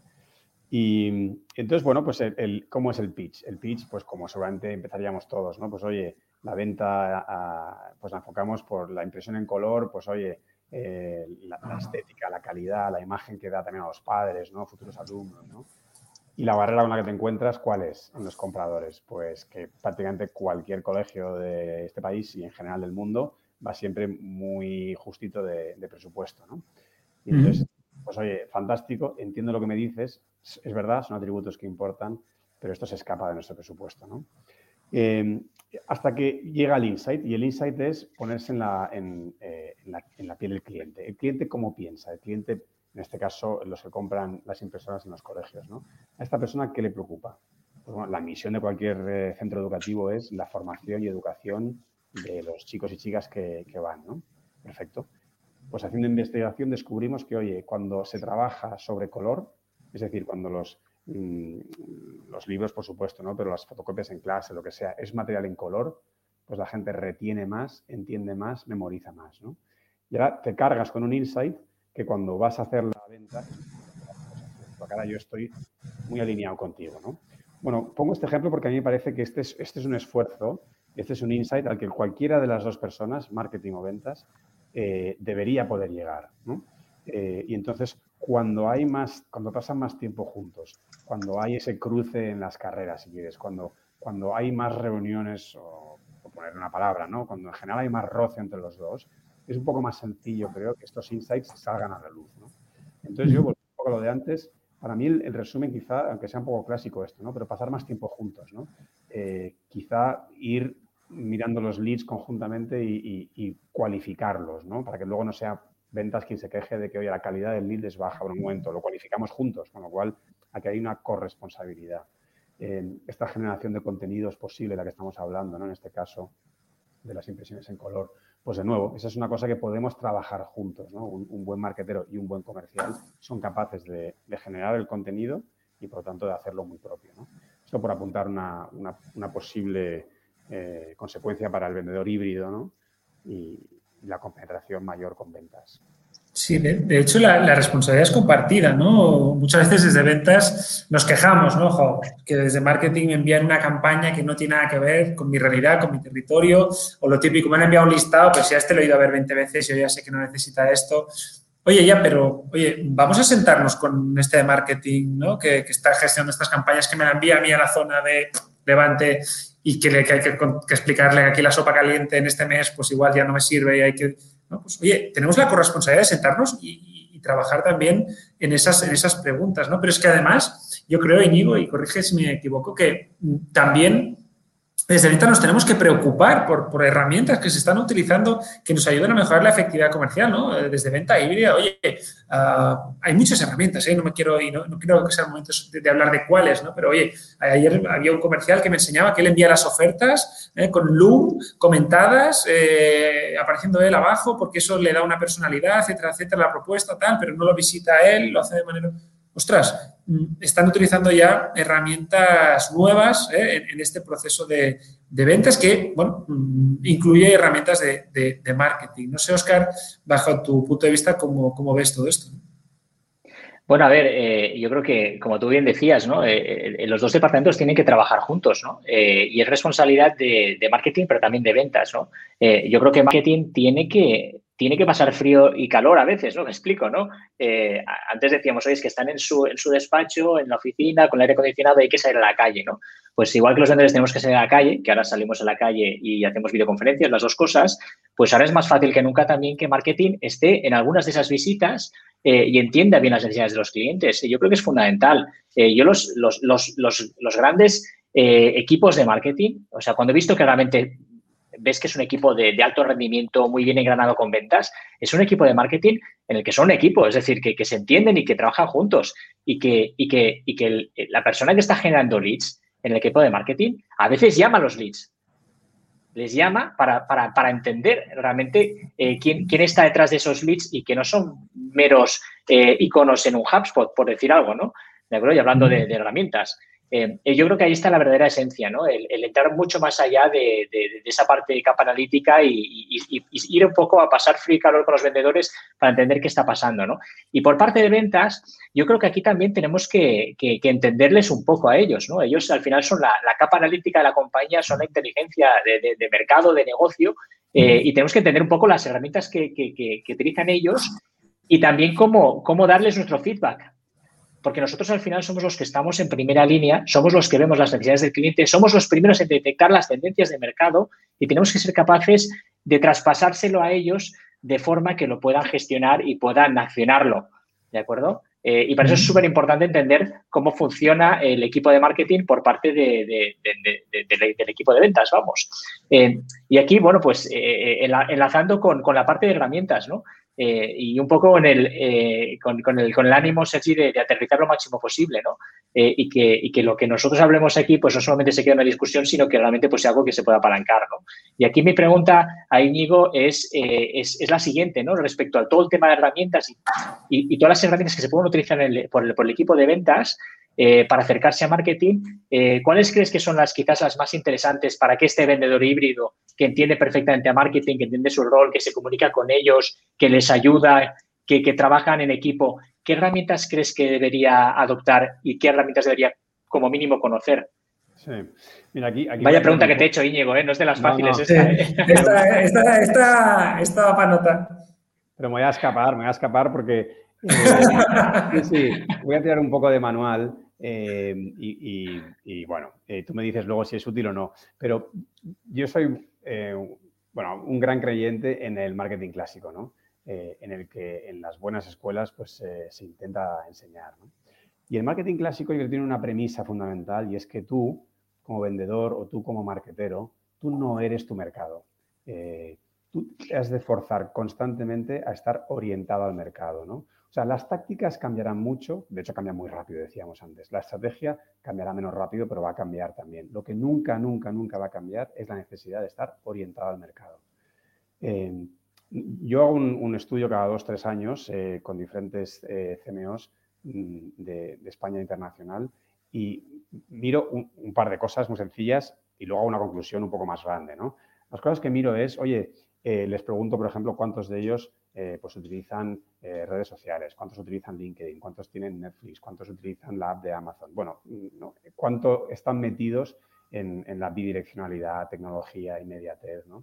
Y entonces, bueno, pues el, el, ¿cómo es el pitch? El pitch, pues como seguramente empezaríamos todos, ¿no? Pues oye, la venta, a, pues la enfocamos por la impresión en color, pues oye, Eh, la, la estética, la calidad, la imagen que da también a los padres, ¿no? Futuros alumnos, ¿no? Y la barrera con la que te encuentras, ¿cuál es en los compradores? Pues que prácticamente cualquier colegio de este país y en general del mundo va siempre muy justito de, de presupuesto, ¿no? Y entonces, pues oye, fantástico, entiendo lo que me dices, es verdad, son atributos que importan, pero esto se escapa de nuestro presupuesto, ¿no? Eh, hasta que llega el insight, y el insight es ponerse en la, en, eh, en, la, en la piel del cliente. ¿El cliente cómo piensa? El cliente, en este caso, los que compran las impresoras en los colegios, ¿no? ¿A esta persona qué le preocupa? Pues bueno, la misión de cualquier eh, centro educativo es la formación y educación de los chicos y chicas que, que van, ¿no? Perfecto. Pues haciendo investigación descubrimos que, oye, cuando se trabaja sobre color, es decir, cuando los los libros, por supuesto, ¿no? Pero las fotocopias en clase, lo que sea, es material en color, pues la gente retiene más, entiende más, memoriza más, ¿no? Y ahora te cargas con un insight que cuando vas a hacer la venta, ahora yo estoy muy alineado contigo, ¿no? Bueno, pongo este ejemplo porque a mí me parece que este es, este es un esfuerzo, este es un insight al que cualquiera de las dos personas, marketing o ventas, eh, debería poder llegar, ¿no? Eh, y entonces, cuando hay más, cuando pasan más tiempo juntos, cuando hay ese cruce en las carreras, si quieres, cuando, cuando hay más reuniones o, o poner una palabra, ¿no? Cuando en general hay más roce entre los dos, es un poco más sencillo, creo, que estos insights salgan a la luz, ¿no? Entonces yo, pues, un poco lo de antes, para mí el, el resumen quizá, aunque sea un poco clásico esto, ¿no? Pero pasar más tiempo juntos, ¿no? Eh, quizá ir mirando los leads conjuntamente y, y, y cualificarlos, ¿no? Para que luego no sea ventas quien se queje de que, oye, la calidad del lead es baja por un momento, lo cualificamos juntos, con lo cual aquí hay una corresponsabilidad. Eh, esta generación de contenidos posible, la que estamos hablando, ¿no? En este caso, de las impresiones en color, pues de nuevo, esa es una cosa que podemos trabajar juntos, ¿no? Un, un buen marketero y un buen comercial son capaces de, de generar el contenido y, por lo tanto, de hacerlo muy propio, ¿no? Esto por apuntar una, una, una posible eh, consecuencia para el vendedor híbrido, ¿no? Y, y la compenetración mayor con ventas. Sí, de, de hecho la, la responsabilidad es compartida, ¿no? Muchas veces desde ventas nos quejamos, ¿no? Jo, que desde marketing me envían una campaña que no tiene nada que ver con mi realidad, con mi territorio, o lo típico, me han enviado un listado, pues ya este lo he ido a ver veinte veces, yo ya sé que no necesita esto. Oye, ya, pero, oye, vamos a sentarnos con este de marketing, ¿no? Que, que está gestionando estas campañas, que me la envía a mí a la zona de Levante y que, le, que hay que, que explicarle que aquí la sopa caliente en este mes, pues igual ya no me sirve y hay que... ¿no? Pues, oye, tenemos la corresponsabilidad de sentarnos y, y, y trabajar también en esas, en esas preguntas, ¿no? Pero es que además, yo creo, Íñigo, y corrige si me equivoco, que también desde venta nos tenemos que preocupar por, por herramientas que se están utilizando que nos ayuden a mejorar la efectividad comercial, ¿no? Desde venta híbrida, oye, uh, hay muchas herramientas, ¿eh? No me quiero, y no, no quiero que sea el momento de, de hablar de cuáles, ¿no? Pero, oye, ayer había un comercial que me enseñaba que él envía las ofertas ¿eh? con Loom, comentadas, eh, apareciendo él abajo, porque eso le da una personalidad, etcétera, etcétera, la propuesta, tal, pero no lo visita él, lo hace de manera... Ostras, están utilizando ya herramientas nuevas ¿eh? en, en este proceso de, de ventas que, bueno, incluye herramientas de, de, de marketing. No sé, Óscar, bajo tu punto de vista, ¿cómo, cómo ves todo esto? Bueno, a ver, eh, yo creo que, como tú bien decías, ¿no? Eh, eh, los dos departamentos tienen que trabajar juntos, ¿no? Eh, y es responsabilidad de, de marketing, pero también de ventas, ¿no? Eh, yo creo que marketing tiene que... tiene que pasar frío y calor a veces, ¿no? Me explico, ¿no? Eh, antes decíamos, oye, es que están en su, en su despacho, en la oficina, con el aire acondicionado, hay que salir a la calle, ¿no? Pues igual que los vendedores tenemos que salir a la calle, que ahora salimos a la calle y hacemos videoconferencias, las dos cosas, pues ahora es más fácil que nunca también que marketing esté en algunas de esas visitas eh, y entienda bien las necesidades de los clientes. Yo creo que es fundamental. Eh, yo los, los, los, los, los grandes eh, equipos de marketing, o sea, cuando he visto que realmente ves que es un equipo de, de alto rendimiento, muy bien engranado con ventas, es un equipo de marketing en el que son un equipo, es decir, que, que se entienden y que trabajan juntos y que, y que, y que el, la persona que está generando leads en el equipo de marketing a veces llama a los leads. Les llama para, para, para entender realmente eh, quién, quién está detrás de esos leads y que no son meros eh, iconos en un HubSpot, por decir algo, ¿no? ¿De acuerdo? Y hablando de, de herramientas. Eh, yo creo que ahí está la verdadera esencia, ¿no? El, el entrar mucho más allá de, de, de esa parte de capa analítica y, y, y, y ir un poco a pasar frío y calor con los vendedores para entender qué está pasando, ¿no? Y por parte de ventas, yo creo que aquí también tenemos que, que, que entenderles un poco a ellos, ¿no? Ellos al final son la, la capa analítica de la compañía, son la inteligencia de, de, de mercado, de negocio, eh, y tenemos que entender un poco las herramientas que, que, que, que utilizan ellos y también cómo, cómo darles nuestro feedback. Porque nosotros al final somos los que estamos en primera línea, somos los que vemos las necesidades del cliente, somos los primeros en detectar las tendencias de mercado y tenemos que ser capaces de traspasárselo a ellos de forma que lo puedan gestionar y puedan accionarlo, ¿de acuerdo? Eh, y para eso es súper importante entender cómo funciona el equipo de marketing por parte de, de, de, de, de, del equipo de ventas, vamos. Eh, y aquí, bueno, pues eh, enlazando con, con la parte de herramientas, ¿no? Eh, y un poco en el, eh, con, con, el, con el ánimo, Sergi, de, de aterrizar lo máximo posible, ¿no? Eh, y, que, y que lo que nosotros hablemos aquí, pues no solamente se quede en una discusión, sino que realmente pues sea algo que se pueda apalancar, ¿no? Y aquí mi pregunta a Íñigo es, eh, es, es la siguiente, ¿no? Respecto a todo el tema de herramientas y, y, y todas las herramientas que se pueden utilizar en el, por, el, por el equipo de ventas eh, para acercarse a marketing, eh, ¿cuáles crees que son las quizás las más interesantes para que este vendedor híbrido que entiende perfectamente a marketing, que entiende su rol, que se comunica con ellos, que les ayuda, que, que trabajan en equipo, ¿qué herramientas crees que debería adoptar y qué herramientas debería como mínimo conocer? Sí. Mira, aquí, aquí Vaya pregunta que te he hecho, Íñigo, ¿eh? No es de las fáciles no, no. esta, ¿eh? Esta, esta, esta, esta va para notar. Pero me voy a escapar, me voy a escapar porque eh, sí, sí, voy a tirar un poco de manual eh, y, y, y, bueno, eh, tú me dices luego si es útil o no. Pero yo soy eh, bueno, un gran creyente en el marketing clásico, ¿no? Eh, en el que en las buenas escuelas pues, eh, se intenta enseñar, ¿no? Y el marketing clásico yo creo que tiene una premisa fundamental y es que tú, como vendedor o tú como marketero, tú no eres tu mercado. Eh, tú te has de forzar constantemente a estar orientado al mercado, ¿no? O sea, las tácticas cambiarán mucho, de hecho cambian muy rápido, decíamos antes. La estrategia cambiará menos rápido, pero va a cambiar también. Lo que nunca, nunca, nunca va a cambiar es la necesidad de estar orientado al mercado. Eh, yo hago un, un estudio cada dos, tres años eh, con diferentes eh, C M Os de, de España internacional y miro un, un par de cosas muy sencillas y luego hago una conclusión un poco más grande, ¿no? Las cosas que miro es, oye, eh, les pregunto, por ejemplo, cuántos de ellos eh, pues utilizan eh, redes sociales, cuántos utilizan LinkedIn, cuántos tienen Netflix, cuántos utilizan la app de Amazon. Bueno, ¿no? Cuánto están metidos en, en la bidireccionalidad, tecnología, inmediatez, ¿no?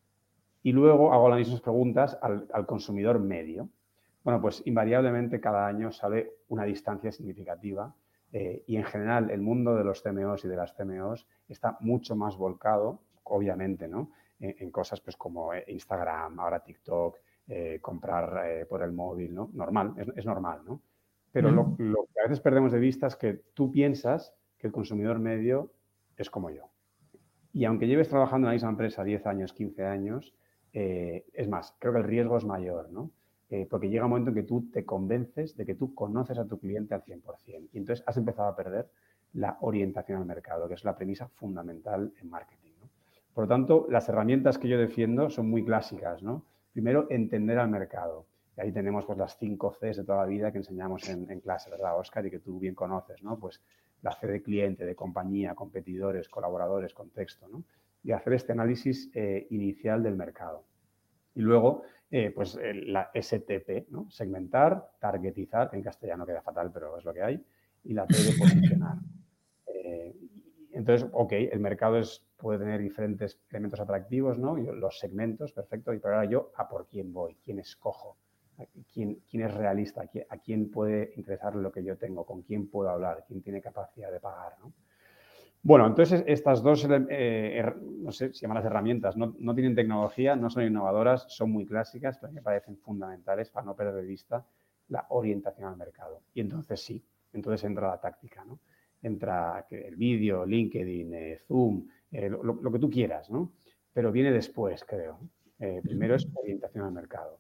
Y luego hago las mismas preguntas al, al consumidor medio. Bueno, pues invariablemente cada año sale una distancia significativa eh, y en general el mundo de los C M Os y de las C M Os está mucho más volcado, obviamente, ¿no? En, en cosas pues como Instagram, ahora TikTok, eh, comprar eh, por el móvil, ¿no? Normal, es, es normal, ¿no? Pero lo, lo que a veces perdemos de vista es que tú piensas que el consumidor medio es como yo. Y aunque lleves trabajando en la misma empresa diez años, quince años, eh, es más, creo que el riesgo es mayor, ¿no? Eh, porque llega un momento en que tú te convences de que tú conoces a tu cliente al cien por cien y entonces has empezado a perder la orientación al mercado, que es la premisa fundamental en marketing, ¿no? Por lo tanto, las herramientas que yo defiendo son muy clásicas, ¿no? Primero, entender al mercado. Y ahí tenemos pues, las cinco Cs de toda la vida que enseñamos en, en clase, ¿verdad, Óscar? Y que tú bien conoces, ¿no? Pues la C de cliente, de compañía, competidores, colaboradores, contexto, ¿no? Y hacer este análisis eh, inicial del mercado. Y luego, eh, pues la S T P, ¿no? Segmentar, targetizar, que en castellano queda fatal, pero es lo que hay, y la P de posicionar. Eh, entonces, ok, el mercado es, puede tener diferentes elementos atractivos, ¿no? Y los segmentos, perfecto, y pero ahora yo a por quién voy, quién escojo, quién, quién es realista, a quién, a quién puede interesarle lo que yo tengo, con quién puedo hablar, quién tiene capacidad de pagar, ¿no? Bueno, entonces estas dos, eh, no sé si llaman las herramientas, no, no tienen tecnología, no son innovadoras, son muy clásicas, pero me parecen fundamentales para no perder de vista la orientación al mercado. Y entonces sí, entonces entra la táctica, ¿no? Entra el vídeo, LinkedIn, eh, Zoom, eh, lo, lo que tú quieras, ¿no? Pero viene después, creo. Eh, primero es orientación al mercado.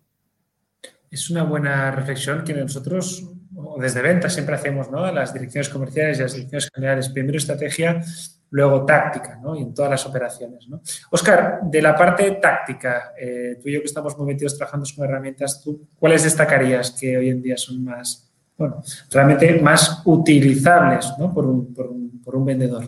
Es una buena reflexión que nosotros, desde ventas, siempre hacemos, ¿no? Las direcciones comerciales y las direcciones generales. Primero estrategia, luego táctica, ¿no? Y en todas las operaciones, ¿no? Óscar, de la parte táctica, eh, tú y yo que estamos muy metidos trabajando con herramientas, ¿tú cuáles destacarías que hoy en día son más, bueno, realmente más utilizables, ¿no? Por un, por un, por un vendedor?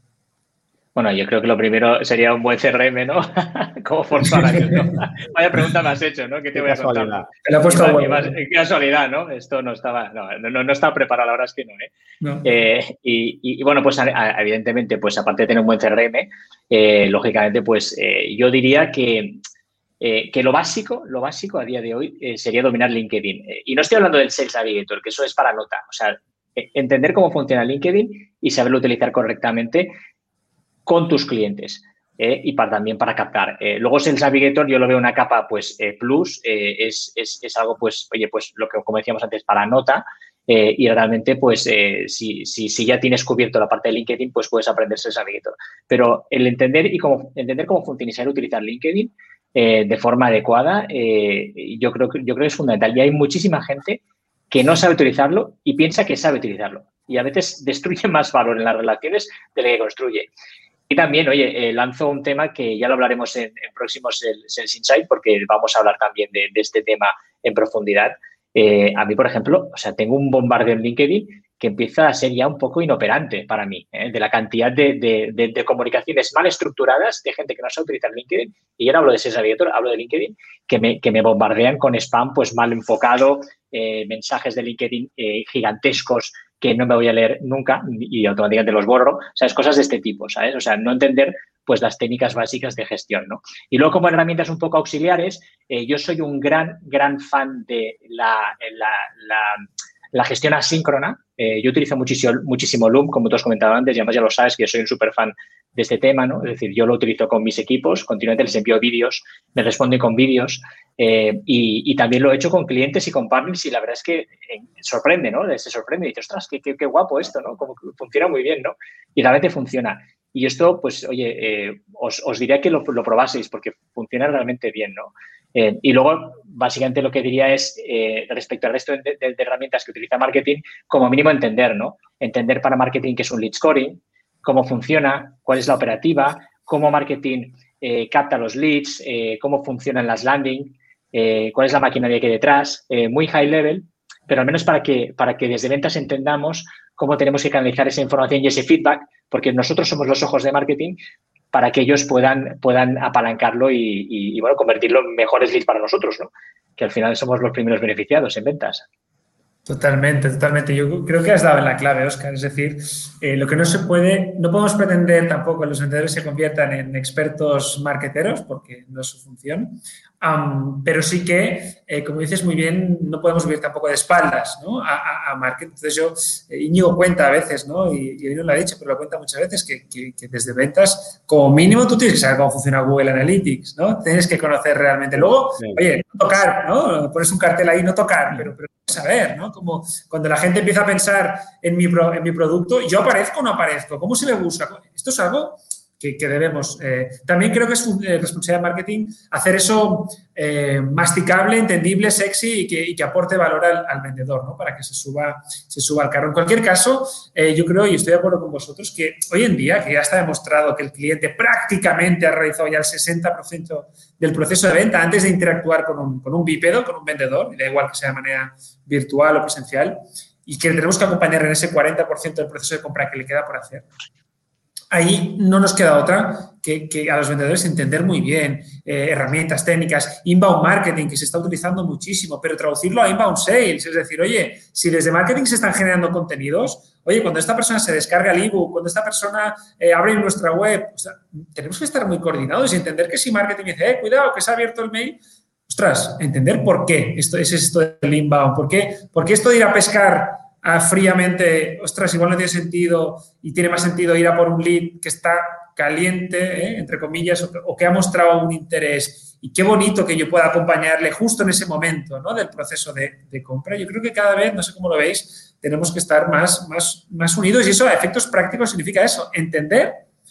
Bueno, yo creo que lo primero sería un buen C R M, ¿no? Como formularios, ¿no? Vaya pregunta me has hecho, ¿no? ¿Qué te qué voy a contar? Te lo he puesto a huevo. Qué casualidad, ¿no? Esto no estaba, no, no, no estaba preparado, la verdad es que no, ¿eh? No. Eh, y, y, bueno, pues a, evidentemente, pues aparte de tener un buen C R M, eh, lógicamente, pues eh, yo diría que, eh, que lo básico, lo básico a día de hoy eh, sería dominar LinkedIn. Eh, y no estoy hablando del Sales Navigator, que eso es para nota. O sea, eh, entender cómo funciona LinkedIn y saberlo utilizar correctamente con tus clientes eh, y para, también para captar. Eh, luego Sales Navigator yo lo veo una capa pues eh, plus, eh, es, es, es algo pues, oye, pues lo que como decíamos antes para nota eh, y realmente pues eh, si, si, si ya tienes cubierto la parte de LinkedIn pues puedes aprender Sales Navigator. Pero el entender y cómo, entender cómo funciona y saber utilizar LinkedIn eh, de forma adecuada eh, yo, creo que, yo creo que es fundamental y hay muchísima gente que no sabe utilizarlo y piensa que sabe utilizarlo y a veces destruye más valor en las relaciones de lo que construye. Y también, oye, eh, lanzo un tema que ya lo hablaremos en, en próximos Sales Insight porque vamos a hablar también de, de este tema en profundidad. Eh, a mí, por ejemplo, o sea, tengo un bombardeo en LinkedIn que empieza a ser ya un poco inoperante para mí, ¿eh? De la cantidad de, de, de, de comunicaciones mal estructuradas de gente que no sabe utilizar LinkedIn. Y yo no hablo de Sales Navigator, hablo de LinkedIn, que me, que me bombardean con spam pues mal enfocado, eh, mensajes de LinkedIn eh, gigantescos que no me voy a leer nunca y automáticamente los borro, ¿sabes? Cosas de este tipo, ¿sabes? O sea, no entender pues las técnicas básicas de gestión, ¿no? Y luego como herramientas un poco auxiliares, eh, yo soy un gran, gran fan de la, la, la, la gestión asíncrona. Eh, yo utilizo muchísimo, muchísimo Loom, como tú has comentado antes, y además ya lo sabes que yo soy un súper fan de este tema, ¿no? Es decir, yo lo utilizo con mis equipos, continuamente les envío vídeos, me responden con vídeos eh, y, y también lo he hecho con clientes y con partners y la verdad es que eh, sorprende, ¿no? Se sorprende y dice, ostras, qué, qué, qué guapo esto, ¿no? Como que funciona muy bien, ¿no? Y realmente funciona. Y esto, pues, oye, eh, os, os diría que lo, lo probaseis porque funciona realmente bien, ¿no? Eh, y luego, básicamente, lo que diría es, eh, respecto al resto de, de, de herramientas que utiliza marketing, como mínimo entender, ¿no? Entender para marketing qué es un lead scoring, cómo funciona, cuál es la operativa, cómo marketing eh, capta los leads, eh, cómo funcionan las landing, eh, cuál es la maquinaria que hay detrás, eh, muy high level, pero al menos para que, para que desde ventas entendamos cómo tenemos que canalizar esa información y ese feedback, porque nosotros somos los ojos de marketing para que ellos puedan, puedan apalancarlo y, y, y, bueno, convertirlo en mejores leads para nosotros, ¿no? Que al final somos los primeros beneficiados en ventas. Totalmente, totalmente. Yo creo que has dado en la clave, Óscar. Es decir, eh, lo que no se puede, no podemos pretender tampoco que los vendedores se conviertan en expertos marketeros, porque no es su función. Um, pero sí que, eh, como dices muy bien, no podemos vivir tampoco de espaldas, ¿no? a, a, a marketing. Entonces yo, eh, Íñigo cuenta a veces, ¿no? Y, y él no lo ha dicho, pero lo cuenta muchas veces, que, que, que desde ventas, como mínimo, tú tienes que saber cómo funciona Google Analytics, ¿no? Tienes que conocer realmente. Luego, sí. Oye, no tocar, ¿no? Pones un cartel ahí, no tocar, pero, pero saber, ¿no? Como cuando la gente empieza a pensar en mi, pro, en mi producto, ¿yo aparezco o no aparezco? ¿Cómo se me busca? Esto es algo que, que debemos. Eh, también creo que es eh, responsabilidad de marketing hacer eso eh, masticable, entendible, sexy y que, y que aporte valor al, al vendedor, ¿no? Para que se suba, se suba al carro. En cualquier caso, eh, yo creo, y estoy de acuerdo con vosotros, que hoy en día, que ya está demostrado que el cliente prácticamente ha realizado ya el sesenta por ciento del proceso de venta antes de interactuar con un, con un bípedo, con un vendedor, y da igual que sea de manera virtual o presencial, y que tenemos que acompañar en ese cuarenta por ciento del proceso de compra que le queda por hacer. Ahí no nos queda otra que, que a los vendedores entender muy bien eh, herramientas técnicas, inbound marketing, que se está utilizando muchísimo, pero traducirlo a inbound sales, es decir, oye, si desde marketing se están generando contenidos, oye, cuando esta persona se descarga el ebook, cuando esta persona eh, abre nuestra web, o sea, tenemos que estar muy coordinados y entender que si marketing dice, eh, cuidado, que se ha abierto el mail, ostras, entender por qué esto es esto del inbound, por qué, por qué esto de ir a pescar a fríamente, ostras, igual no tiene sentido y tiene más sentido ir a por un lead que está caliente, ¿eh? entre comillas, o que, o que ha mostrado un interés. Y qué bonito que yo pueda acompañarle justo en ese momento, ¿no? Del proceso de, de compra. Yo creo que cada vez, no sé cómo lo veis, tenemos que estar más, más, más unidos y eso a efectos prácticos significa eso, entender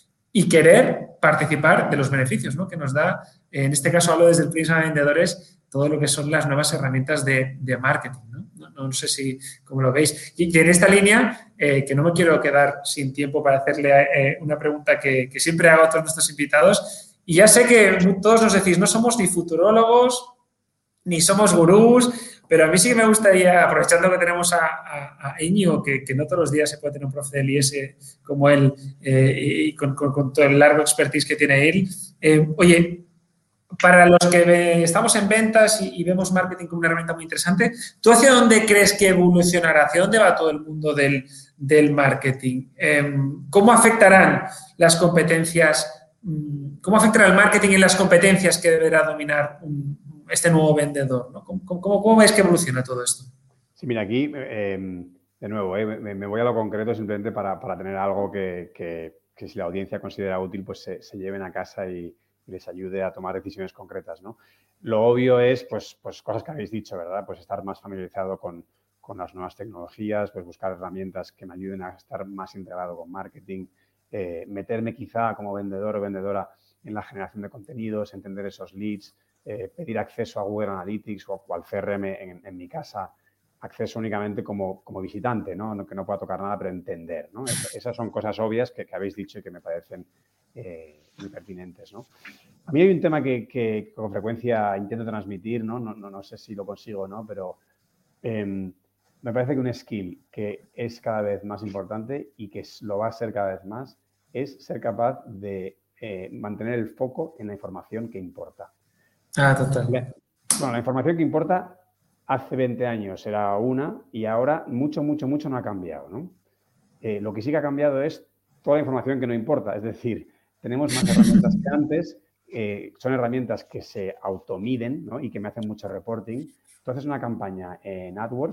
y querer participar de los beneficios, ¿no? Que nos da, en este caso hablo desde el prisma de vendedores, todo lo que son las nuevas herramientas de, de marketing, ¿no? No, no sé si cómo lo veis. Y, y en esta línea, eh, que no me quiero quedar sin tiempo para hacerle eh, una pregunta que, que siempre hago a todos nuestros invitados. Y ya sé que todos nos decís, no somos ni futurólogos, ni somos gurús, pero a mí sí que me gustaría, aprovechando que tenemos a, a, a Íñigo, que, que no todos los días se puede tener un profe del I S como él eh, y con, con, con todo el largo expertise que tiene él, eh, oye, para los que estamos en ventas y, y vemos marketing como una herramienta muy interesante, ¿tú hacia dónde crees que evolucionará? ¿Hacia dónde va todo el mundo del, del marketing? Eh, ¿Cómo afectarán las competencias? ¿Cómo afectará el marketing en las competencias que deberá dominar un, este nuevo vendedor, ¿no? ¿Cómo, cómo, ¿Cómo ves que evoluciona todo esto? Sí, mira, aquí, eh, de nuevo, eh, me, me voy a lo concreto simplemente para, para tener algo que, que, que si la audiencia considera útil, pues se, se lleven a casa y y les ayude a tomar decisiones concretas, ¿no? Lo obvio es, pues, pues cosas que habéis dicho, ¿verdad? Pues estar más familiarizado con, con las nuevas tecnologías, pues buscar herramientas que me ayuden a estar más integrado con marketing, eh, meterme quizá como vendedor o vendedora en la generación de contenidos, entender esos leads, eh, pedir acceso a Google Analytics o, o al C R M en, en mi casa, acceso únicamente como, como visitante, ¿no? Que no pueda tocar nada, pero entender, ¿no? Es, esas son cosas obvias que, que habéis dicho y que me parecen eh, muy pertinentes, ¿no? A mí hay un tema que, que con frecuencia intento transmitir, ¿no? No, no, no sé si lo consigo, ¿no? Pero eh, me parece que un skill que es cada vez más importante y que lo va a ser cada vez más es ser capaz de eh, mantener el foco en la información que importa. Ah, total. Bueno, la información que importa hace veinte años era una y ahora mucho, mucho, mucho no ha cambiado, ¿no? Eh, lo que sí que ha cambiado es toda la información que no importa. Es decir, tenemos más herramientas que antes. Eh, son herramientas que se automiden, ¿no? Y que me hacen mucho reporting. Tú haces una campaña en AdWords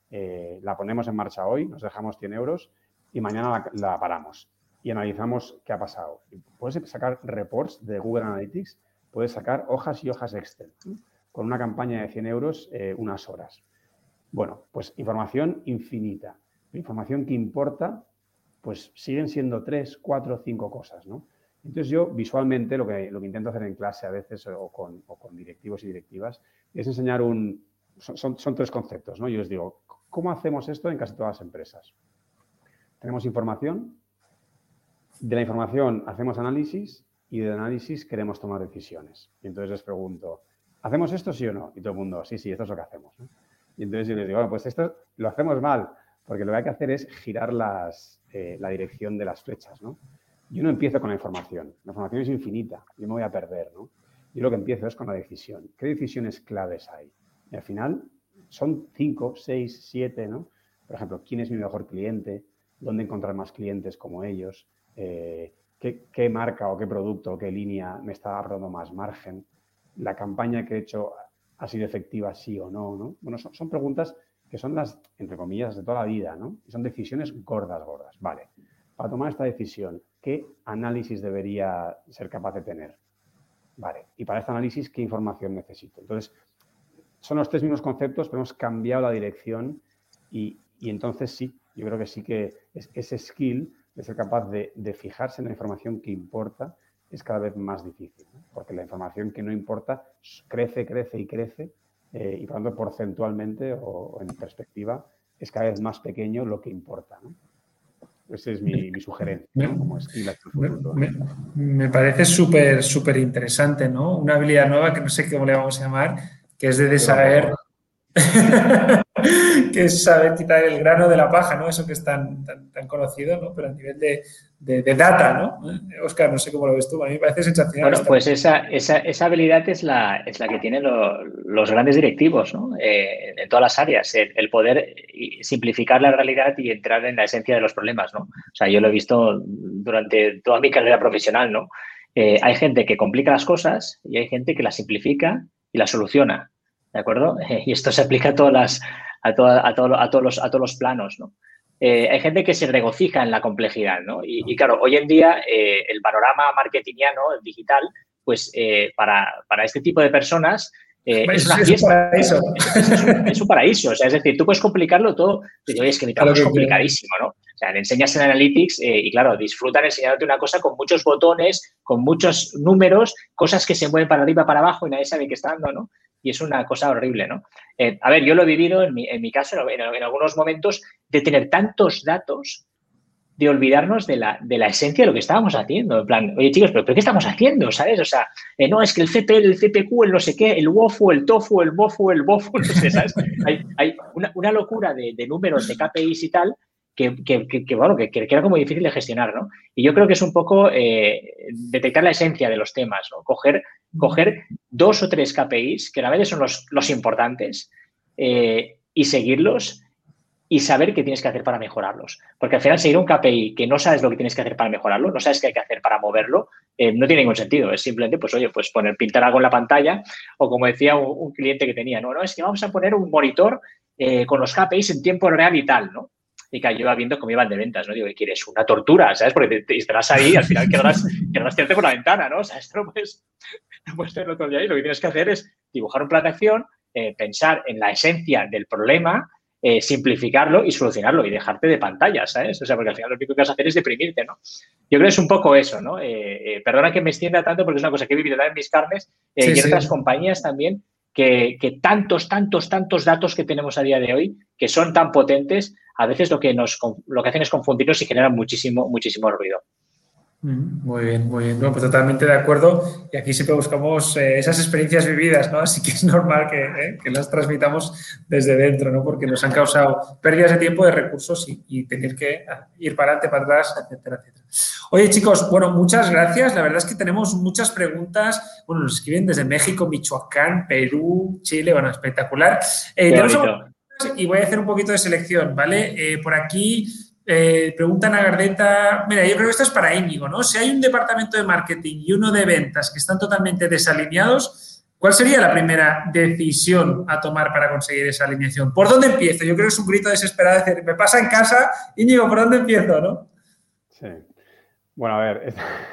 eh, la ponemos en marcha hoy, nos dejamos cien euros y mañana la, la paramos y analizamos qué ha pasado. Puedes sacar reports de Google Analytics, puedes sacar hojas y hojas Excel, ¿no? Con una campaña de cien euros eh, unas horas. Bueno, pues información infinita. La información que importa, pues siguen siendo tres, cuatro, cinco cosas, ¿no? Entonces yo visualmente lo que, lo que intento hacer en clase a veces o con, o con directivos y directivas es enseñar un... Son, son, son tres conceptos, ¿no? Yo les digo, ¿cómo hacemos esto en casi todas las empresas? Tenemos información, de la información hacemos análisis y del análisis queremos tomar decisiones. Y entonces les pregunto, ¿hacemos esto sí o no? Y todo el mundo, sí, sí, esto es lo que hacemos, ¿no? Y entonces yo les digo, bueno, pues esto lo hacemos mal, porque lo que hay que hacer es girar las, eh, la dirección de las flechas, ¿no? Yo no empiezo con la información. La información es infinita. Yo me voy a perder, ¿no? Yo lo que empiezo es con la decisión. ¿Qué decisiones claves hay? Y al final son cinco, seis, siete, ¿no? Por ejemplo, ¿quién es mi mejor cliente? ¿Dónde encontrar más clientes como ellos? Eh, ¿qué, ¿Qué marca o qué producto o qué línea me está dando más margen? ¿La campaña que he hecho ha sido efectiva sí o no, ¿no? Bueno, son, son preguntas que son las, entre comillas, de toda la vida, ¿no? Y son decisiones gordas, gordas. Vale. Para tomar esta decisión, ¿qué análisis debería ser capaz de tener? Vale, y para este análisis, ¿qué información necesito? Entonces, son los tres mismos conceptos, pero hemos cambiado la dirección y, y entonces sí, yo creo que sí que es, ese skill de ser capaz de, de fijarse en la información que importa es cada vez más difícil, ¿no? Porque la información que no importa crece, crece y crece eh, y por lo tanto porcentualmente o, o en perspectiva es cada vez más pequeño lo que importa, ¿no? Esa es mi, mi sugerencia, ¿no? Como skill hacia el futuro. Me, me parece súper, súper interesante, ¿no? Una habilidad nueva que no sé cómo le vamos a llamar, que es de saber, que es saber quitar el grano de la paja, ¿no? Eso que es tan, tan, tan conocido, ¿no? Pero a nivel de, de, de data, ¿no? Óscar, no sé cómo lo ves tú, a mí me parece sensacional. Bueno, pues esa, esa, esa habilidad es la, es la que tienen lo, los grandes directivos, ¿no? Eh, en todas las áreas, el, el poder simplificar la realidad y entrar en la esencia de los problemas, ¿no? O sea, yo lo he visto durante toda mi carrera profesional, ¿no? Eh, hay gente que complica las cosas y hay gente que las simplifica y las soluciona, ¿de acuerdo? Eh, y esto se aplica a todas las, a, toda, a, todo, a, todos los, a todos los planos, ¿no? Eh, hay gente que se regocija en la complejidad, ¿no? Y, y claro, hoy en día eh, el panorama marketingiano, el digital, pues eh, para, para este tipo de personas eh, es una fiesta. Es un paraíso. Es, es, es, un, es un paraíso. O sea, es decir, tú puedes complicarlo todo. Y oye, es que mi trabajo es complicadísimo, ¿no? O sea, le enseñas en Analytics eh, y, claro, disfrutan enseñándote una cosa con muchos botones, con muchos números, cosas que se mueven para arriba, para abajo y nadie sabe qué está dando, ¿no? Y es una cosa horrible, ¿no? Eh, a ver, yo lo he vivido en mi, en mi caso, en, en algunos momentos, de tener tantos datos, de olvidarnos de la, de la esencia de lo que estábamos haciendo. En plan, oye, chicos, ¿pero, ¿pero qué estamos haciendo? ¿Sabes? O sea, eh, no, es que el C P L, el C P Q, el no sé qué, el WOFU, el TOFU, el BOFU, el BOFU, no sé, ¿sabes? Hay, hay una, una locura de, de números, de K P Is y tal, que, que, que, que bueno, que, que era como difícil de gestionar, ¿no? Y yo creo que es un poco eh, detectar la esencia de los temas, ¿no? Coger, coger dos o tres K P Is, que a veces son los, los importantes, eh, y seguirlos y saber qué tienes que hacer para mejorarlos. Porque al final seguir un K P I que no sabes lo que tienes que hacer para mejorarlo, no sabes qué hay que hacer para moverlo, eh, no tiene ningún sentido. Es simplemente, pues oye, pues poner, pintar algo en la pantalla o como decía un, un cliente que tenía, no, no, es que vamos a poner un monitor eh, con los K P Is en tiempo real y tal, ¿no? Y que yo iba viendo cómo iban de ventas, ¿no? Digo, ¿qué quieres? Una tortura, ¿sabes? Porque te, te estarás ahí y al final querrás, querrás tirarte por la ventana, ¿no? O sea, esto no puedes, no puedes tenerlo todo el día ahí. Lo que tienes que hacer es dibujar un plan de acción, eh, pensar en la esencia del problema, eh, simplificarlo y solucionarlo y dejarte de pantallas, ¿sabes? O sea, porque al final lo único que vas a hacer es deprimirte, ¿no? Yo creo que es un poco eso, ¿no? Eh, eh, perdona que me extienda tanto porque es una cosa que he vivido en mis carnes eh, sí, y en sí. otras compañías también, que, que tantos, tantos, tantos datos que tenemos a día de hoy, que son tan potentes, a veces lo que, nos, lo que hacen es confundirnos y generan muchísimo, muchísimo ruido. Muy bien, muy bien. Bueno, pues totalmente de acuerdo. Y aquí siempre buscamos eh, esas experiencias vividas, ¿no? Así que es normal que, eh, que las transmitamos desde dentro, ¿no? Porque nos han causado pérdidas de tiempo, de recursos y, y tener que ir para adelante, para atrás, etcétera, etcétera. Oye, chicos, bueno, muchas gracias. La verdad es que tenemos muchas preguntas. Bueno, nos escriben desde México, Michoacán, Perú, Chile. Bueno, espectacular. Eh, tenemos y voy a hacer un poquito de selección, ¿vale? Eh, por aquí... Eh, preguntan a Gardeta, mira, yo creo que esto es para Íñigo, ¿no? Si hay un departamento de marketing y uno de ventas que están totalmente desalineados, ¿cuál sería la primera decisión a tomar para conseguir esa alineación? ¿Por dónde empiezo? Yo creo que es un grito desesperado de decir, me pasa en casa, Íñigo, ¿por dónde empiezo, no? Sí. Bueno, a ver,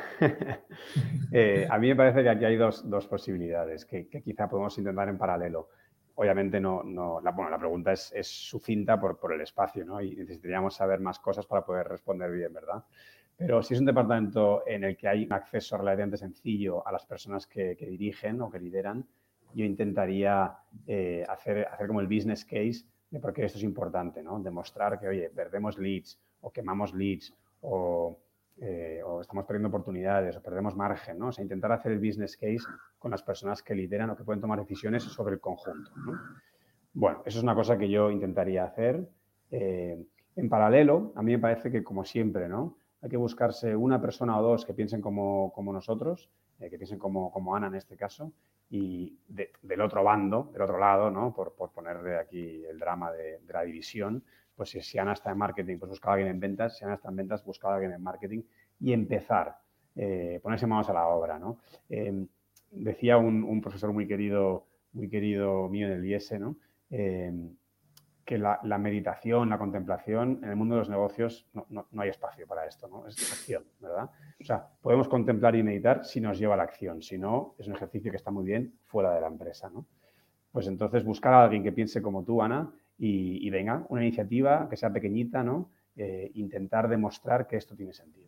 eh, a mí me parece que aquí hay dos, dos posibilidades que, que quizá podemos intentar en paralelo. Obviamente no, no la, bueno, la pregunta es, es sucinta por, por el espacio, ¿no? Y necesitaríamos saber más cosas para poder responder bien, ¿verdad? Pero si es un departamento en el que hay un acceso relativamente sencillo a las personas que, que dirigen o que lideran, yo intentaría eh, hacer, hacer como el business case de por qué esto es importante, ¿no? Demostrar que, oye, perdemos leads o quemamos leads o, eh, o estamos perdiendo oportunidades o perdemos margen, ¿no? O sea, intentar hacer el business case con las personas que lideran o que pueden tomar decisiones sobre el conjunto, ¿no? Bueno, eso es una cosa que yo intentaría hacer. Eh, en paralelo, a mí me parece que, como siempre, ¿no? Hay que buscarse una persona o dos que piensen como, como nosotros, eh, que piensen como, como Ana en este caso, y de, del otro bando, del otro lado, ¿no? Por, por ponerle aquí el drama de, de la división, pues si, si Ana está en marketing, pues buscar a alguien en ventas, si Ana está en ventas, buscar a alguien en marketing y empezar, eh, ponerse manos a la obra, ¿no? Eh, decía un, un profesor muy querido, muy querido mío en el I E S E, ¿no? Eh, que la, la meditación, la contemplación, en el mundo de los negocios no, no, no hay espacio para esto, ¿no? Es acción, ¿verdad? O sea, podemos contemplar y meditar si nos lleva a la acción. Si no, es un ejercicio que está muy bien fuera de la empresa, ¿no? Pues entonces buscar a alguien que piense como tú, Ana, y, y venga, una iniciativa que sea pequeñita, ¿no? Eh, intentar demostrar que esto tiene sentido.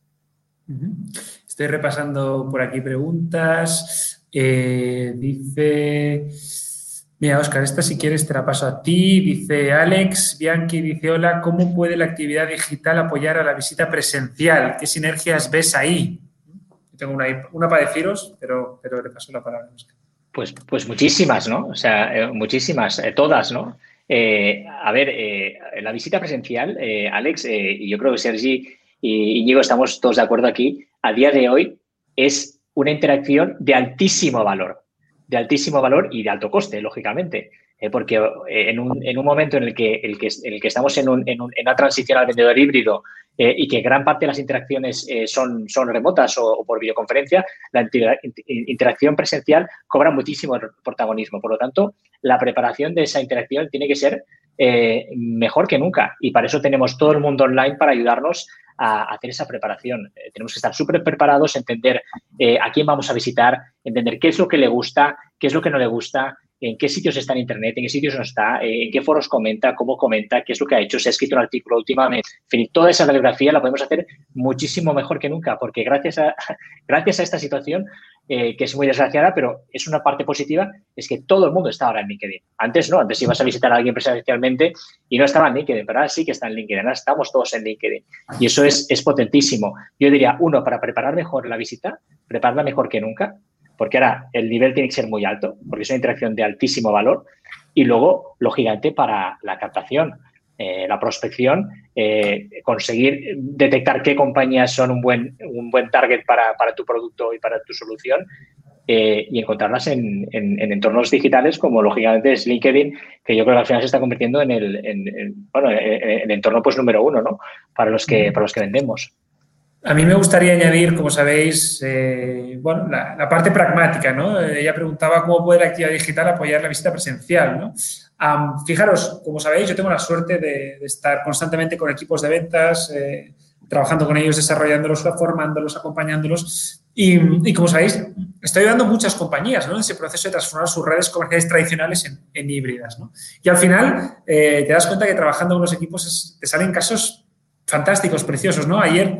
Estoy repasando por aquí preguntas. Eh, dice... Mira, Óscar, esta si quieres te la paso a ti. Dice Alex Bianchi, dice, hola, ¿cómo puede la actividad digital apoyar a la visita presencial? ¿Qué sinergias ves ahí? Yo tengo una, una para deciros, pero, pero le paso la palabra a Óscar. Pues, pues muchísimas, ¿no? O sea, eh, muchísimas, eh, todas, ¿no? Eh, a ver, eh, la visita presencial, eh, Alex, eh, y yo creo que Sergi y Íñigo estamos todos de acuerdo aquí, a día de hoy es una interacción de altísimo valor. de altísimo valor y de alto coste, lógicamente, eh, porque eh, en, un, en un momento en el que, el que, en el que estamos en, un, en, un, en una transición al vendedor híbrido eh, y que gran parte de las interacciones eh, son, son remotas o, o por videoconferencia, la inter, interacción presencial cobra muchísimo protagonismo. Por lo tanto, la preparación de esa interacción tiene que ser eh, mejor que nunca y para eso tenemos todo el mundo online para ayudarnos a hacer esa preparación. Eh, tenemos que estar súper preparados, entender eh, a quién vamos a visitar, entender qué es lo que le gusta, qué es lo que no le gusta, en qué sitios está en Internet, en qué sitios no está, eh, en qué foros comenta, cómo comenta, qué es lo que ha hecho, si ha escrito un artículo últimamente. En fin, toda esa radiografía la podemos hacer muchísimo mejor que nunca, porque gracias a, gracias a esta situación, eh, que es muy desgraciada, pero es una parte positiva, es que todo el mundo está ahora en LinkedIn. Antes no, antes ibas a visitar a alguien presencialmente y no estaba en LinkedIn, pero ahora sí que está en LinkedIn, ahora estamos todos en LinkedIn. Y eso es, es potentísimo. Yo diría, uno, para preparar mejor la visita, prepararla mejor que nunca, porque ahora el nivel tiene que ser muy alto, porque es una interacción de altísimo valor. Y luego, lo gigante para la captación, eh, la prospección, eh, conseguir detectar qué compañías son un buen, un buen target para, para tu producto y para tu solución eh, y encontrarlas en, en, en entornos digitales como, lógicamente, es LinkedIn, que yo creo que al final se está convirtiendo en el, en, en, bueno, en el entorno pues, número uno, ¿no? Para los que, para los que vendemos. A mí me gustaría añadir, como sabéis, eh, bueno, la, la parte pragmática, ¿no? Ella preguntaba cómo puede la actividad digital apoyar la visita presencial, ¿no? Um, fijaros, como sabéis, yo tengo la suerte de, de estar constantemente con equipos de ventas, eh, trabajando con ellos, desarrollándolos, formándolos, acompañándolos. Y, y, como sabéis, estoy ayudando a muchas compañías, ¿no? En ese proceso de transformar sus redes comerciales tradicionales en, en híbridas, ¿no? Y al final eh, te das cuenta que trabajando con los equipos es, te salen casos fantásticos, preciosos, ¿no? Ayer...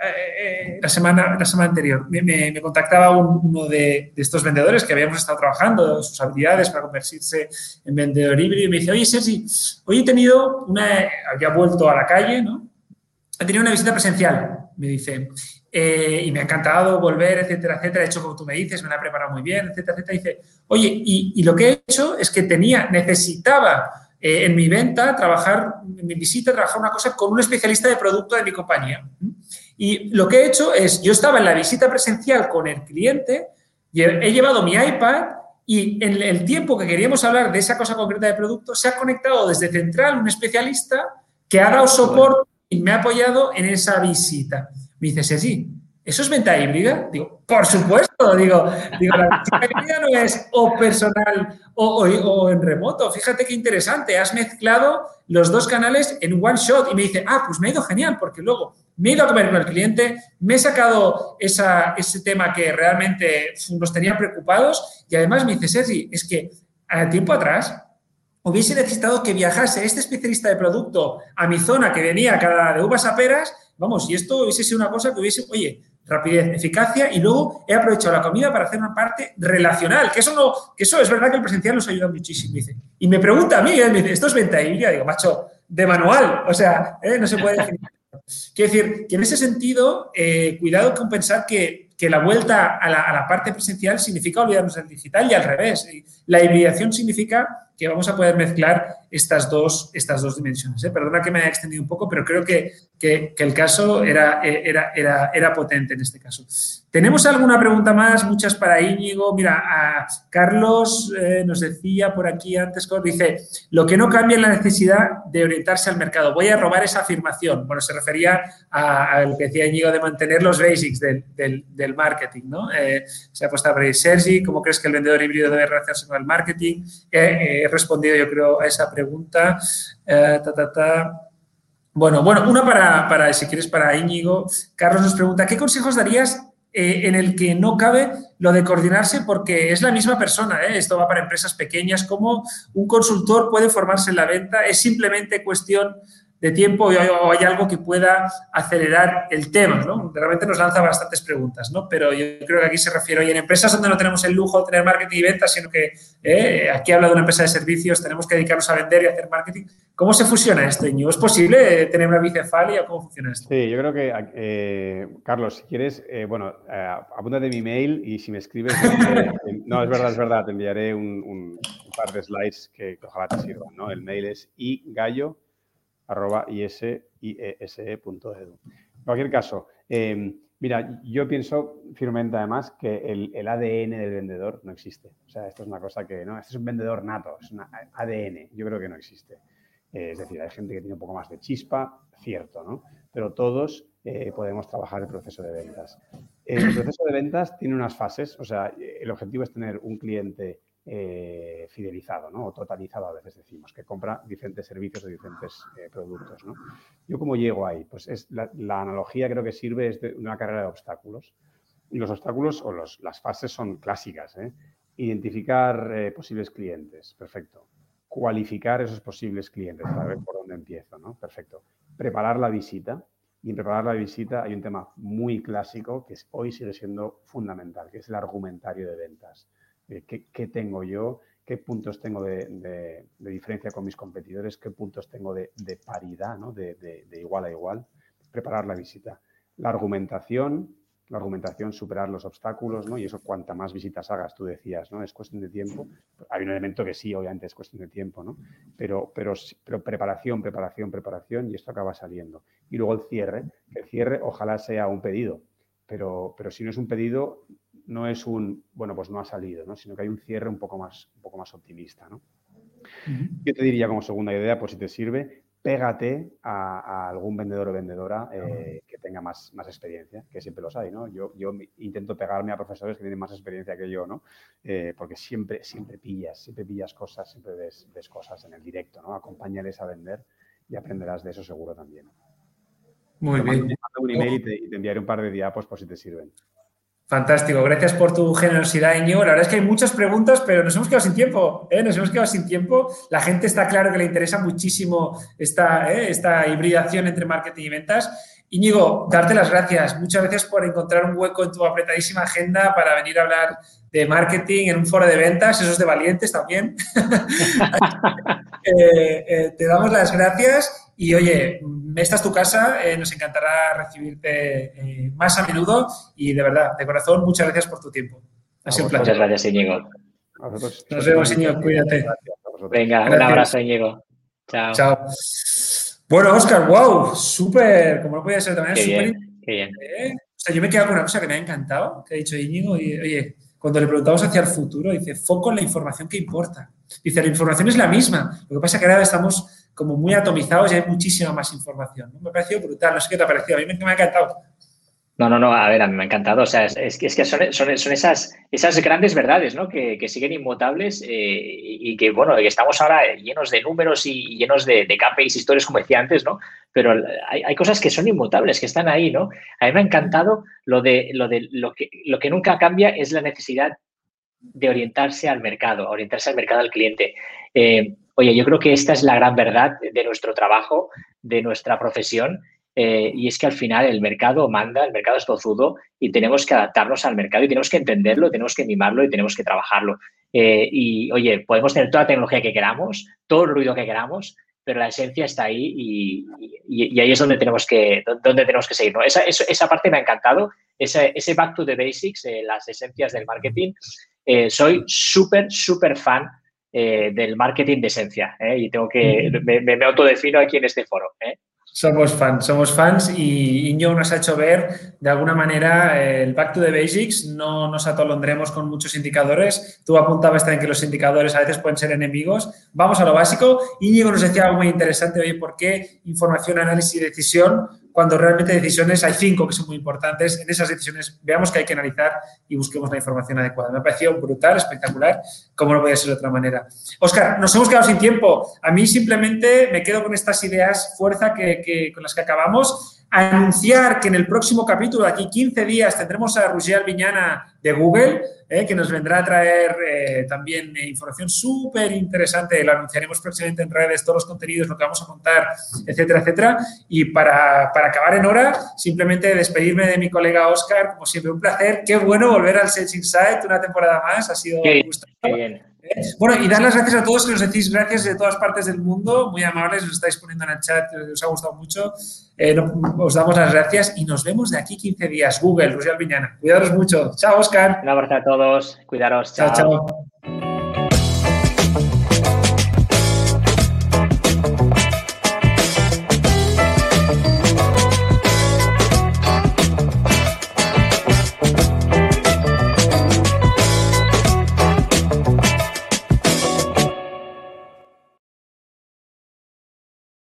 Eh, la, semana, la semana anterior me, me, me contactaba un, uno de, de estos vendedores que habíamos estado trabajando, sus habilidades para convertirse en vendedor híbrido, y me dice, oye, Sergi, hoy he tenido una, había vuelto a la calle, ¿no? He tenido una visita presencial, me dice, eh, y me ha encantado volver, etcétera, etcétera, he hecho como tú me dices, me la he preparado muy bien, etcétera, etcétera, y dice, oye, y, y lo que he hecho es que tenía, necesitaba eh, en mi venta trabajar, en mi visita, trabajar una cosa con un especialista de producto de mi compañía. Y lo que he hecho es, yo estaba en la visita presencial con el cliente, y he llevado mi iPad y en el tiempo que queríamos hablar de esa cosa concreta de producto, se ha conectado desde Central un especialista que ha dado soporte y me ha apoyado en esa visita. Me dice, sí, ¿eso es venta híbrida? Digo, por supuesto. Digo, digo la venta híbrida no es o personal o, o, o en remoto. Fíjate qué interesante. Has mezclado los dos canales en one shot. Y me dice, ah, pues me ha ido genial porque luego me he ido a comer con el cliente, me he sacado esa, ese tema que realmente nos tenía preocupados y además me dice, Sergi, es que a tiempo atrás hubiese necesitado que viajase este especialista de producto a mi zona que venía cada de uvas a peras, vamos, y esto hubiese sido una cosa que hubiese, oye, rapidez, eficacia y luego he aprovechado la comida para hacer una parte relacional, que eso no, que eso es verdad que el presencial nos ayuda muchísimo, dice. Y me pregunta a mí, ¿eh? Me dice, ¿esto es venta híbrida? Digo, macho, de manual, o sea, ¿eh? No se puede definir. Quiero decir, que en ese sentido, eh, cuidado con pensar que, que la vuelta a la, a la parte presencial significa olvidarnos del digital y al revés. La hibridación significa que vamos a poder mezclar estas dos, estas dos dimensiones. ¿eh? Perdona que me haya extendido un poco, pero creo que, que, que el caso era, era, era, era potente en este caso. ¿Tenemos alguna pregunta más? Muchas para Íñigo. Mira, a Carlos eh, nos decía por aquí antes, dice, lo que no cambia es la necesidad de orientarse al mercado. Voy a robar esa afirmación. Bueno, se refería a, a lo que decía Íñigo de mantener los basics del, del, del marketing, ¿no? Eh, se ha puesto por ahí, Sergi, ¿cómo crees que el vendedor híbrido debe relacionarse con el marketing? Eh, eh, he respondido, yo creo, a esa pregunta. Eh, ta, ta, ta. Bueno, bueno, una para, para, si quieres, para Íñigo. Carlos nos pregunta, ¿qué consejos darías eh, en el que no cabe lo de coordinarse? Porque es la misma persona, ¿eh? Esto va para empresas pequeñas. ¿Cómo un consultor puede formarse en la venta? ¿Es simplemente cuestión de tiempo o hay algo que pueda acelerar el tema, ¿no? Realmente nos lanza bastantes preguntas, ¿no? Pero yo creo que aquí se refiere, oye, en empresas donde no tenemos el lujo de tener marketing y ventas, sino que eh, aquí habla de una empresa de servicios, tenemos que dedicarnos a vender y a hacer marketing. ¿Cómo se fusiona esto, Íñigo? ¿Es posible tener una bicefalia? ¿Cómo funciona esto? Sí, yo creo que, eh, Carlos, si quieres, eh, bueno, eh, apúntate mi mail y si me escribes, eh, no, es verdad, es verdad, te enviaré un, un, un par de slides que, que ojalá te sirvan, ¿no? El mail es igallo arroba ise punto edu. En cualquier caso, eh, mira, yo pienso firmemente además que el, el A D N del vendedor no existe. O sea, esto es una cosa que, no, este es un vendedor nato, es un A D N, yo creo que no existe. Eh, es decir, hay gente que tiene un poco más de chispa, cierto, ¿no? Pero todos eh, podemos trabajar el proceso de ventas. El proceso de ventas tiene unas fases, o sea, el objetivo es tener un cliente Eh, fidelizado, ¿no? O totalizado, a veces decimos, que compra diferentes servicios o diferentes eh, productos, ¿no? ¿Yo cómo llego ahí? Pues es la, la analogía creo que sirve es de una carrera de obstáculos. Y los obstáculos o los, las fases son clásicas, ¿eh? Identificar eh, posibles clientes, perfecto. Cualificar esos posibles clientes para ver por dónde empiezo, ¿no? Perfecto. Preparar la visita. Y en preparar la visita hay un tema muy clásico que hoy sigue siendo fundamental, que es el argumentario de ventas. ¿Qué, qué tengo yo? ¿Qué puntos tengo de, de, de diferencia con mis competidores? ¿Qué puntos tengo de, de paridad, ¿no? de, de, de igual a igual? Preparar la visita. La argumentación, la argumentación, superar los obstáculos, ¿no? Y eso cuanta más visitas hagas, tú decías, ¿no? Es cuestión de tiempo. Hay un elemento que sí, obviamente, es cuestión de tiempo, ¿no? Pero, pero, pero preparación, preparación, preparación y esto acaba saliendo. Y luego el cierre, que el cierre ojalá sea un pedido, pero, pero si no es un pedido, no es un, bueno, pues no ha salido, ¿no? Sino que hay un cierre un poco más, un poco más optimista, ¿no? Uh-huh. Yo te diría como segunda idea, por si te sirve, pégate a, a algún vendedor o vendedora eh, que tenga más, más experiencia, que siempre los hay, ¿no? Yo, yo intento pegarme a profesores que tienen más experiencia que yo, ¿no? Eh, porque siempre, siempre pillas, siempre pillas cosas, siempre ves, ves cosas en el directo, ¿no? Acompáñales a vender y aprenderás de eso seguro también. Muy bien. Te mando un email y te, y te enviaré un par de diapos por si te sirven. Fantástico, gracias por tu generosidad, Íñigo. La verdad es que hay muchas preguntas, pero nos hemos quedado sin tiempo, ¿eh? Nos hemos quedado sin tiempo. La gente está claro que le interesa muchísimo esta, ¿eh? esta hibridación entre marketing y ventas. Íñigo, darte las gracias. Muchas gracias por encontrar un hueco en tu apretadísima agenda para venir a hablar de marketing en un foro de ventas. Eso es de valientes también. eh, eh, te damos las gracias y, oye, esta es tu casa. Eh, nos encantará recibirte eh, más a menudo y, de verdad, de corazón, muchas gracias por tu tiempo. Ha sido un placer. Muchas gracias, Íñigo. Nos vemos, Íñigo. Cuídate. Venga, gracias. Un abrazo, Íñigo. Chao. Chao. Bueno, Óscar, wow, súper, como no podía ser de otra manera, súper. Qué bien. ¿Eh? O sea, yo me he quedado con una cosa que me ha encantado, que ha dicho Íñigo, y oye, cuando le preguntamos hacia el futuro, dice, foco en la información que importa. Dice, la información es la misma, lo que pasa es que ahora estamos como muy atomizados y hay muchísima más información, ¿no? Me ha parecido brutal, no sé qué te ha parecido, a mí me, me ha encantado. No, no, no, a ver, a mí me ha encantado. O sea, es, es que, es que son, son, son esas, esas grandes verdades, ¿no? Que, que siguen inmutables eh, y que, bueno, que estamos ahora llenos de números y llenos de, de K P Is, historias, como decía antes, ¿no? Pero hay, hay cosas que son inmutables, que están ahí, ¿no? A mí me ha encantado lo de lo, de, lo, que, lo que nunca cambia es la necesidad de orientarse al mercado, orientarse al mercado al cliente. Eh, oye, yo creo que esta es la gran verdad de nuestro trabajo, de nuestra profesión. Eh, y es que al final el mercado manda, el mercado es tozudo y tenemos que adaptarnos al mercado y tenemos que entenderlo, tenemos que mimarlo y tenemos que trabajarlo. Eh, y, oye, podemos tener toda la tecnología que queramos, todo el ruido que queramos, pero la esencia está ahí y, y, y ahí es donde tenemos que, donde tenemos que seguir, ¿no? Esa, eso, esa parte me ha encantado, ese, ese back to the basics, eh, las esencias del marketing. Eh, soy súper, súper fan eh, del marketing de esencia, ¿eh? Y tengo que, me, me autodefino aquí en este foro, ¿eh? Somos fans, somos fans y Iñigo nos ha hecho ver de alguna manera el back to the basics, no nos atolondremos con muchos indicadores. Tú apuntabas también que los indicadores a veces pueden ser enemigos. Vamos a lo básico. Iñigo nos decía algo muy interesante, oye, ¿por qué información, análisis y decisión? Cuando realmente decisiones hay cinco que son muy importantes. En esas decisiones veamos que hay que analizar y busquemos la información adecuada. Me ha parecido brutal, espectacular, como no podía ser de otra manera. Óscar, nos hemos quedado sin tiempo. A mí simplemente me quedo con estas ideas fuerza que, que, con las que acabamos. Anunciar que en el próximo capítulo, de aquí quince días, tendremos a Roger Albiñana de Google, eh, que nos vendrá a traer eh, también eh, información súper interesante. Lo anunciaremos próximamente en redes, todos los contenidos, lo que vamos a contar, etcétera, etcétera. Y para, para acabar en hora, simplemente despedirme de mi colega Óscar. Como siempre, un placer. Qué bueno volver al Sales Insight una temporada más. Ha sido un gusto. Qué bien. Bueno, y dar las gracias a todos que nos decís gracias de todas partes del mundo, muy amables, os estáis poniendo en el chat, os ha gustado mucho, eh, os damos las gracias y nos vemos de aquí quince días. Google, Roger Albiñana. Cuidaros mucho. Chao, Óscar. Un abrazo a todos, cuidaros. Chao, chao. chao.